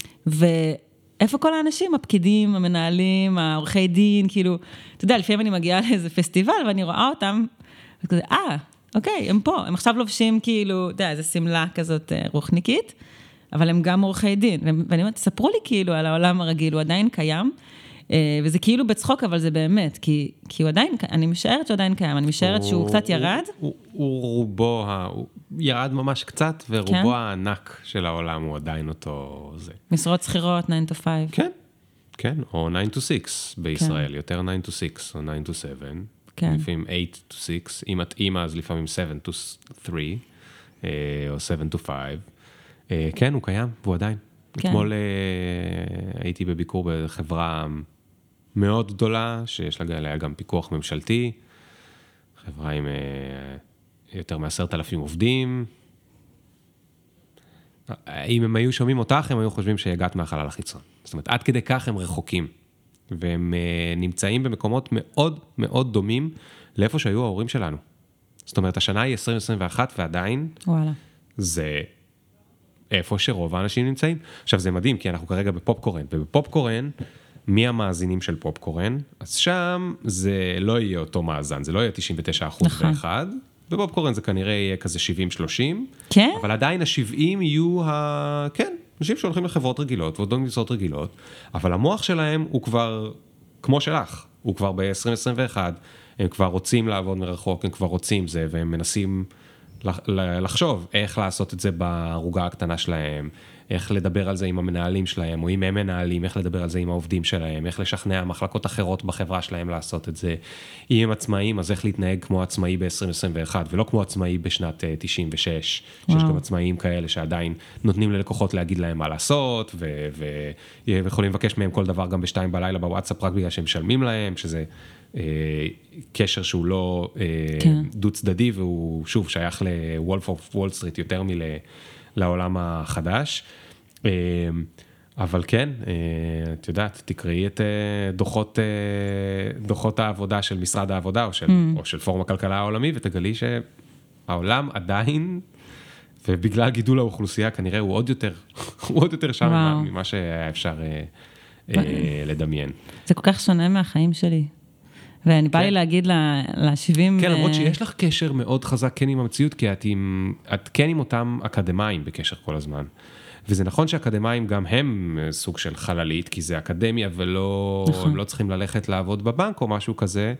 ואיפה כל האנשים, הפקידים, המנהלים, העורכי דין, כאילו, אתה יודע, לפעמים אני מגיעה לאיזה פסטיבל, ואני רואה אותם, וכזה, אה, אוקיי, הם פה, הם עכשיו לובשים כאילו, אתה יודע, איזו סמלה כזאת רוחניקית, אבל הם גם עורכי דין, ואני אומרת, ספרו לי כאילו על העולם הרגיל, הוא עדיין קיים, וזה כאילו בצחוק, אבל זה באמת, כי, כי הוא עדיין, אני משערת שהוא עדיין קיים, אני משערת שהוא קצת ירד. הוא, הוא רובו, הוא ירד ממש קצת, ורובו כן? הענק של העולם הוא עדיין אותו זה. משרות שכירות, nine to five. כן, כן, או nine to six בישראל, כן. יותר nine to six או nine to seven. כן. לפעמים eight to six, אם את אימא, אז לפעמים seven to three, או seven to five. כן, הוא קיים, והוא עדיין. כן. אתמול הייתי בביקור בחברה מאוד גדולה, שיש לה גם פיקוח ממשלתי, חברה עם יותר מעשרת אלפים עובדים, אם הם היו שומעים אותך, הם היו חושבים שהגעת מהחלל החיצון. זאת אומרת, עד כדי כך הם רחוקים, והם נמצאים במקומות מאוד מאוד דומים לאיפה שהיו ההורים שלנו. זאת אומרת, השנה היא עשרים עשרים ואחת, ועדיין, וואלה. זה איפה שרוב האנשים נמצאים. עכשיו, זה מדהים, כי אנחנו כרגע בפופקורן, ובפופקורן, מי המאזינים של פופקורן? אז שם זה לא יהיה אותו מאזן, זה לא יהיה תשעים ותשעה אחוז נכון. באחד, בפופקורן זה כנראה יהיה כזה שבעים שלושים, כן? אבל עדיין ה-שבעים יהיו ה... כן, אנשים שהולכים לחברות רגילות, ועודות משרות רגילות, אבל המוח שלהם הוא כבר, כמו שלך, הוא כבר ב-עשרים עשרים ואחת, הם כבר רוצים לעבוד מרחוק, הם כבר רוצים זה, והם מנסים לחשוב איך לעשות את זה בערוגה הקטנה שלהם, איך לדבר על זה עם המנהלים שלהם, או אם הם מנהלים, איך לדבר על זה עם העובדים שלהם, איך לשכנע מחלקות אחרות בחברה שלהם לעשות את זה. אם הם עצמאים, אז איך להתנהג כמו עצמאי ב-עשרים עשרים ואחת, ולא כמו עצמאי בשנת תשעים ושש, וואו. שיש גם עצמאים כאלה שעדיין נותנים ללקוחות להגיד להם מה לעשות, ו- ו- ויכולים לבקש מהם כל דבר גם בשתיים בלילה בוואטסאפ, רק בגלל שהם משלמים להם, שזה אה, קשר שהוא לא אה, כן. דו צדדי, והוא שוב שייך ל-Wolf of Wall Street יותר מל... לעולם החדש, אבל כן, את יודעת, תקראי את דוחות, דוחות העבודה של משרד העבודה, או של, mm. או של פורום הכלכלה העולמי, ותגלי שהעולם עדיין, ובגלל גידול האוכלוסייה, כנראה הוא עוד יותר, הוא עוד יותר שם wow. ממה שהיה אפשר ב... לדמיין. זה כל כך שונה מהחיים שלי. ואני בא לי להגיד ל-שבעים... כן, למרות שיש לך קשר מאוד חזק כן עם המציאות, כי את כן עם אותם אקדמיים בקשר כל הזמן. וזה נכון שאקדמיים גם הם סוג של חללית, כי זה אקדמיה ולא, הם לא צריכים ללכת לעבוד בבנק או משהו כזה,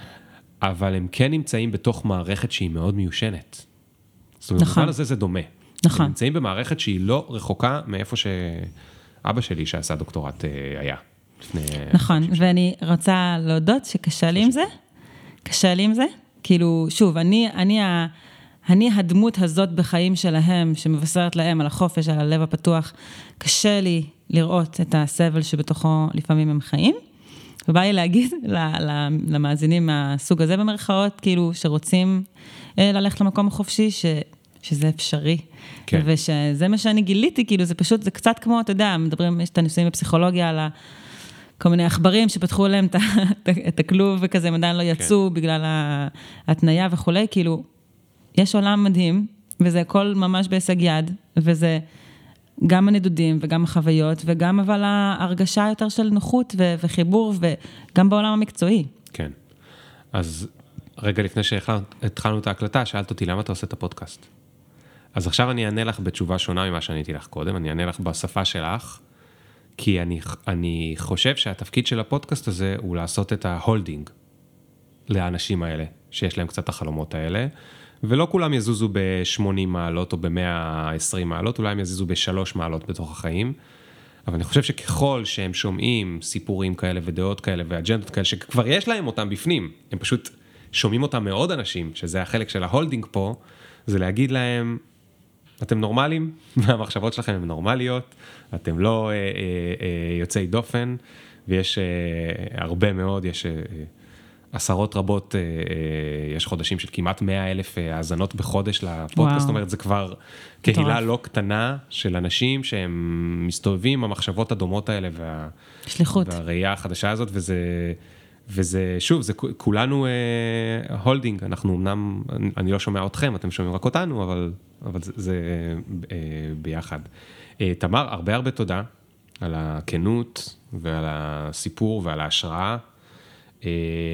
אבל הם כן נמצאים בתוך מערכת שהיא מאוד מיושנת. זאת אומרת, בזמן הזה זה דומה. הם נמצאים במערכת שהיא לא רחוקה מאיפה שאבא שלי שעשה דוקטורט היה. נכון, ואני רוצה להודות שקשה לי עם זה, קשה לי עם זה, כאילו, שוב, אני, אני, אני הדמות הזאת בחיים שלהם, שמבשרת להם על החופש, על הלב הפתוח, קשה לי לראות את הסבל שבתוכו לפעמים הם חיים, ובא לי להגיד למאזינים מהסוג הזה במרכאות, כאילו, שרוצים ללכת למקום החופשי, ש... שזה אפשרי, כן. ושזה מה שאני גיליתי, כאילו, זה פשוט, זה קצת כמו, אתה יודע, מדברים, יש את הניסויים בפסיכולוגיה על ה... כל מיני עכברים שפתחו להם את הכלוב וכזה, הם עדיין לא יצאו בגלל ההתניה וכו', כאילו, יש עולם מדהים, וזה הכל ממש בהישג יד, וזה גם הנדודים וגם החוויות, וגם אבל ההרגשה יותר של נוחות וחיבור, וגם בעולם המקצועי. כן. אז רגע לפני שהתחלנו את ההקלטה, שאלת אותי, למה אתה עושה את הפודקאסט? אז עכשיו אני אענה לך בתשובה שונה ממה שעניתי לך קודם, אני אענה לך בשפה שלך, כי אני, אני חושב שהתפקיד של הפודקאסט הזה הוא לעשות את ההולדינג לאנשים האלה, שיש להם קצת החלומות האלה, ולא כולם יזוזו ב-שמונים מעלות או ב-מאה ועשרים מעלות, אולי הם יזוזו ב-שלוש מעלות בתוך החיים, אבל אני חושב שככל שהם שומעים סיפורים כאלה ודעות כאלה ואג'נדות כאלה, שכבר יש להם אותם בפנים, הם פשוט שומעים אותם מאוד אנשים, שזה החלק של ההולדינג פה, זה להגיד להם, אתם נורמליים, והמחשבות שלכם הן נורמליות, אתם לא אה, אה, אה, יוצאי דופן, ויש אה, הרבה מאוד, יש אה, עשרות רבות, אה, אה, יש חודשים של כמעט מאה אלף אה, האזנות בחודש לפודקאסט, זאת אומרת, זה כבר קהילה לא קטנה של אנשים שהם מסתובבים, המחשבות הדומות האלה, וה, שליחות. והראייה החדשה הזאת, וזה... וזה, שוב, זה כולנו אה, הולדינג, אנחנו אמנם, אני, אני לא שומע אתכם, אתם שומעים רק אותנו, אבל, אבל זה, זה אה, ביחד. אה, תמר, הרבה הרבה תודה על הכנות ועל הסיפור ועל ההשראה. אה,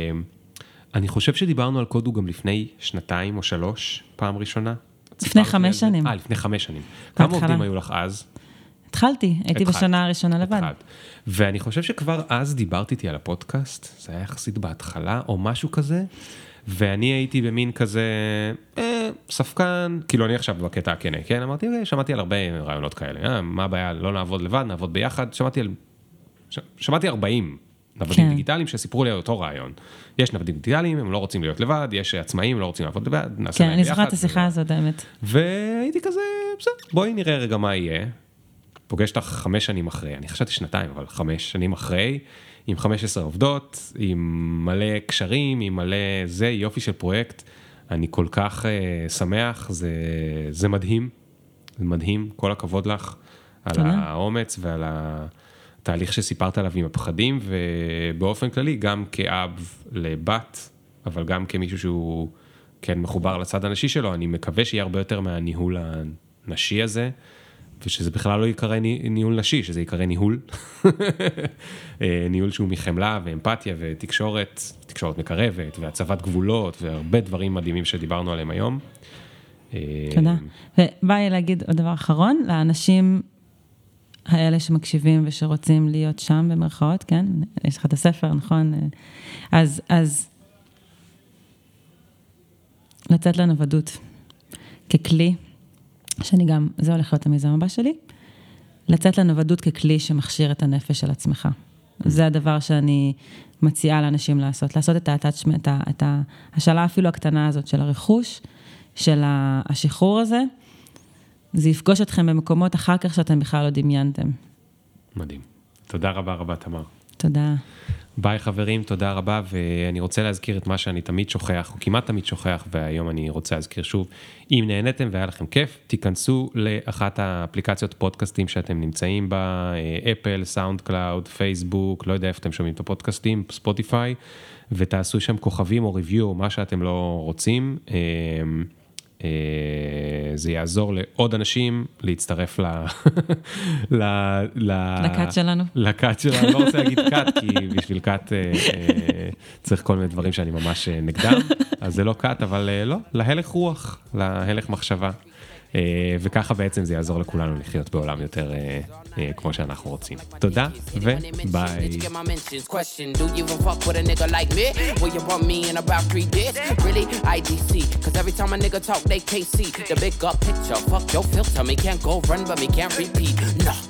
אני חושב שדיברנו על קודו גם לפני שנתיים או שלוש, פעם ראשונה. לפני חמש שנים. אה, לפני חמש שנים. כמה עובדים היו לך אז? התחלתי, הייתי בשנה הראשונה לבד. ואני חושב שכבר אז דיברתי איתי על הפודקאסט, זה היה יחסית בהתחלה או משהו כזה, ואני הייתי במין כזה, אה, ספקן, כאילו אני עכשיו בקטע הכנה, כן? אמרתי, שמעתי על הרבה רעיונות כאלה, אה, מה הבעיה, לא נעבוד לבד, נעבוד ביחד, שמעתי על, שמעתי ארבעים נוודים כן. דיגיטליים שסיפרו לי על אותו רעיון. יש נוודים דיגיטליים, הם לא רוצים להיות לבד, יש עצמאים, לא רוצים לעבוד לבד, נעשה כן, להם אני ביחד. זוכרת את השיחה הזאת, האמת. והייתי כזה, בסדר, בואי נראה רגע מה יהיה. פוגש אותך חמש שנים אחרי, אני חשבתי שנתיים, אבל חמש שנים אחרי, עם חמש עשרה עובדות, עם מלא קשרים, עם מלא זה, יופי של פרויקט, אני כל כך uh, שמח, זה, זה מדהים, זה מדהים, כל הכבוד לך על תודה. האומץ ועל התהליך שסיפרת עליו עם הפחדים, ובאופן כללי, גם כאב לבת, אבל גם כמישהו שהוא כן מחובר לצד הנשי שלו, אני מקווה שיהיה הרבה יותר מהניהול הנשי הזה, ושזה בכלל לא יקרא ניהול נשי, שזה יקרא ניהול. ניהול שהוא מחמלה ואמפתיה ותקשורת, תקשורת מקרבת והצבת גבולות, והרבה דברים מדהימים שדיברנו עליהם היום. תודה. ובא לי להגיד עוד דבר אחרון, לאנשים האלה שמקשיבים ושרוצים להיות שם במרכאות, כן? יש לך את הספר, נכון? אז, אז לצאת לנוודות ככלי, שאני גם, זה הולך להיות המיזם הבא שלי, לצאת לנוודות ככלי שמכשיר את הנפש של עצמך. זה הדבר שאני מציעה לאנשים לעשות, לעשות את ה-attachment, את השאלה אפילו הקטנה הזאת של הרכוש, של השחרור הזה, זה יפגוש אתכם במקומות אחר כך שאתם בכלל לא דמיינתם. מדהים. תודה רבה רבה, תמר. תודה. ביי חברים, תודה רבה, ואני רוצה להזכיר את מה שאני תמיד שוכח, או כמעט תמיד שוכח, והיום אני רוצה להזכיר שוב, אם נהנתם והיה לכם כיף, תיכנסו לאחת האפליקציות פודקאסטים שאתם נמצאים בה, אפל, סאונד קלאוד, פייסבוק, לא יודע איפה אתם שומעים את הפודקאסטים, ספוטיפיי, ותעשו שם כוכבים או ריוויו, או מה שאתם לא רוצים, זה יעזור לעוד אנשים להצטרף לקאט שלנו. לקאט שלנו, לא רוצה להגיד קאט, כי בשביל קאט צריך כל מיני דברים שאני ממש נגדם, אז זה לא קאט, אבל לא, להלך רוח, להלך מחשבה, וככה בעצם זה יעזור לכולנו לחיות בעולם יותר כמו שאנחנו רוצים. תודה, וביי. Do you even fuck with a nigga like me? Will you run me in about three days? Really? I D C. Cause every time a nigga talk, they can't see the big up picture. Fuck your filter, me can't go run, but me can't repeat. No.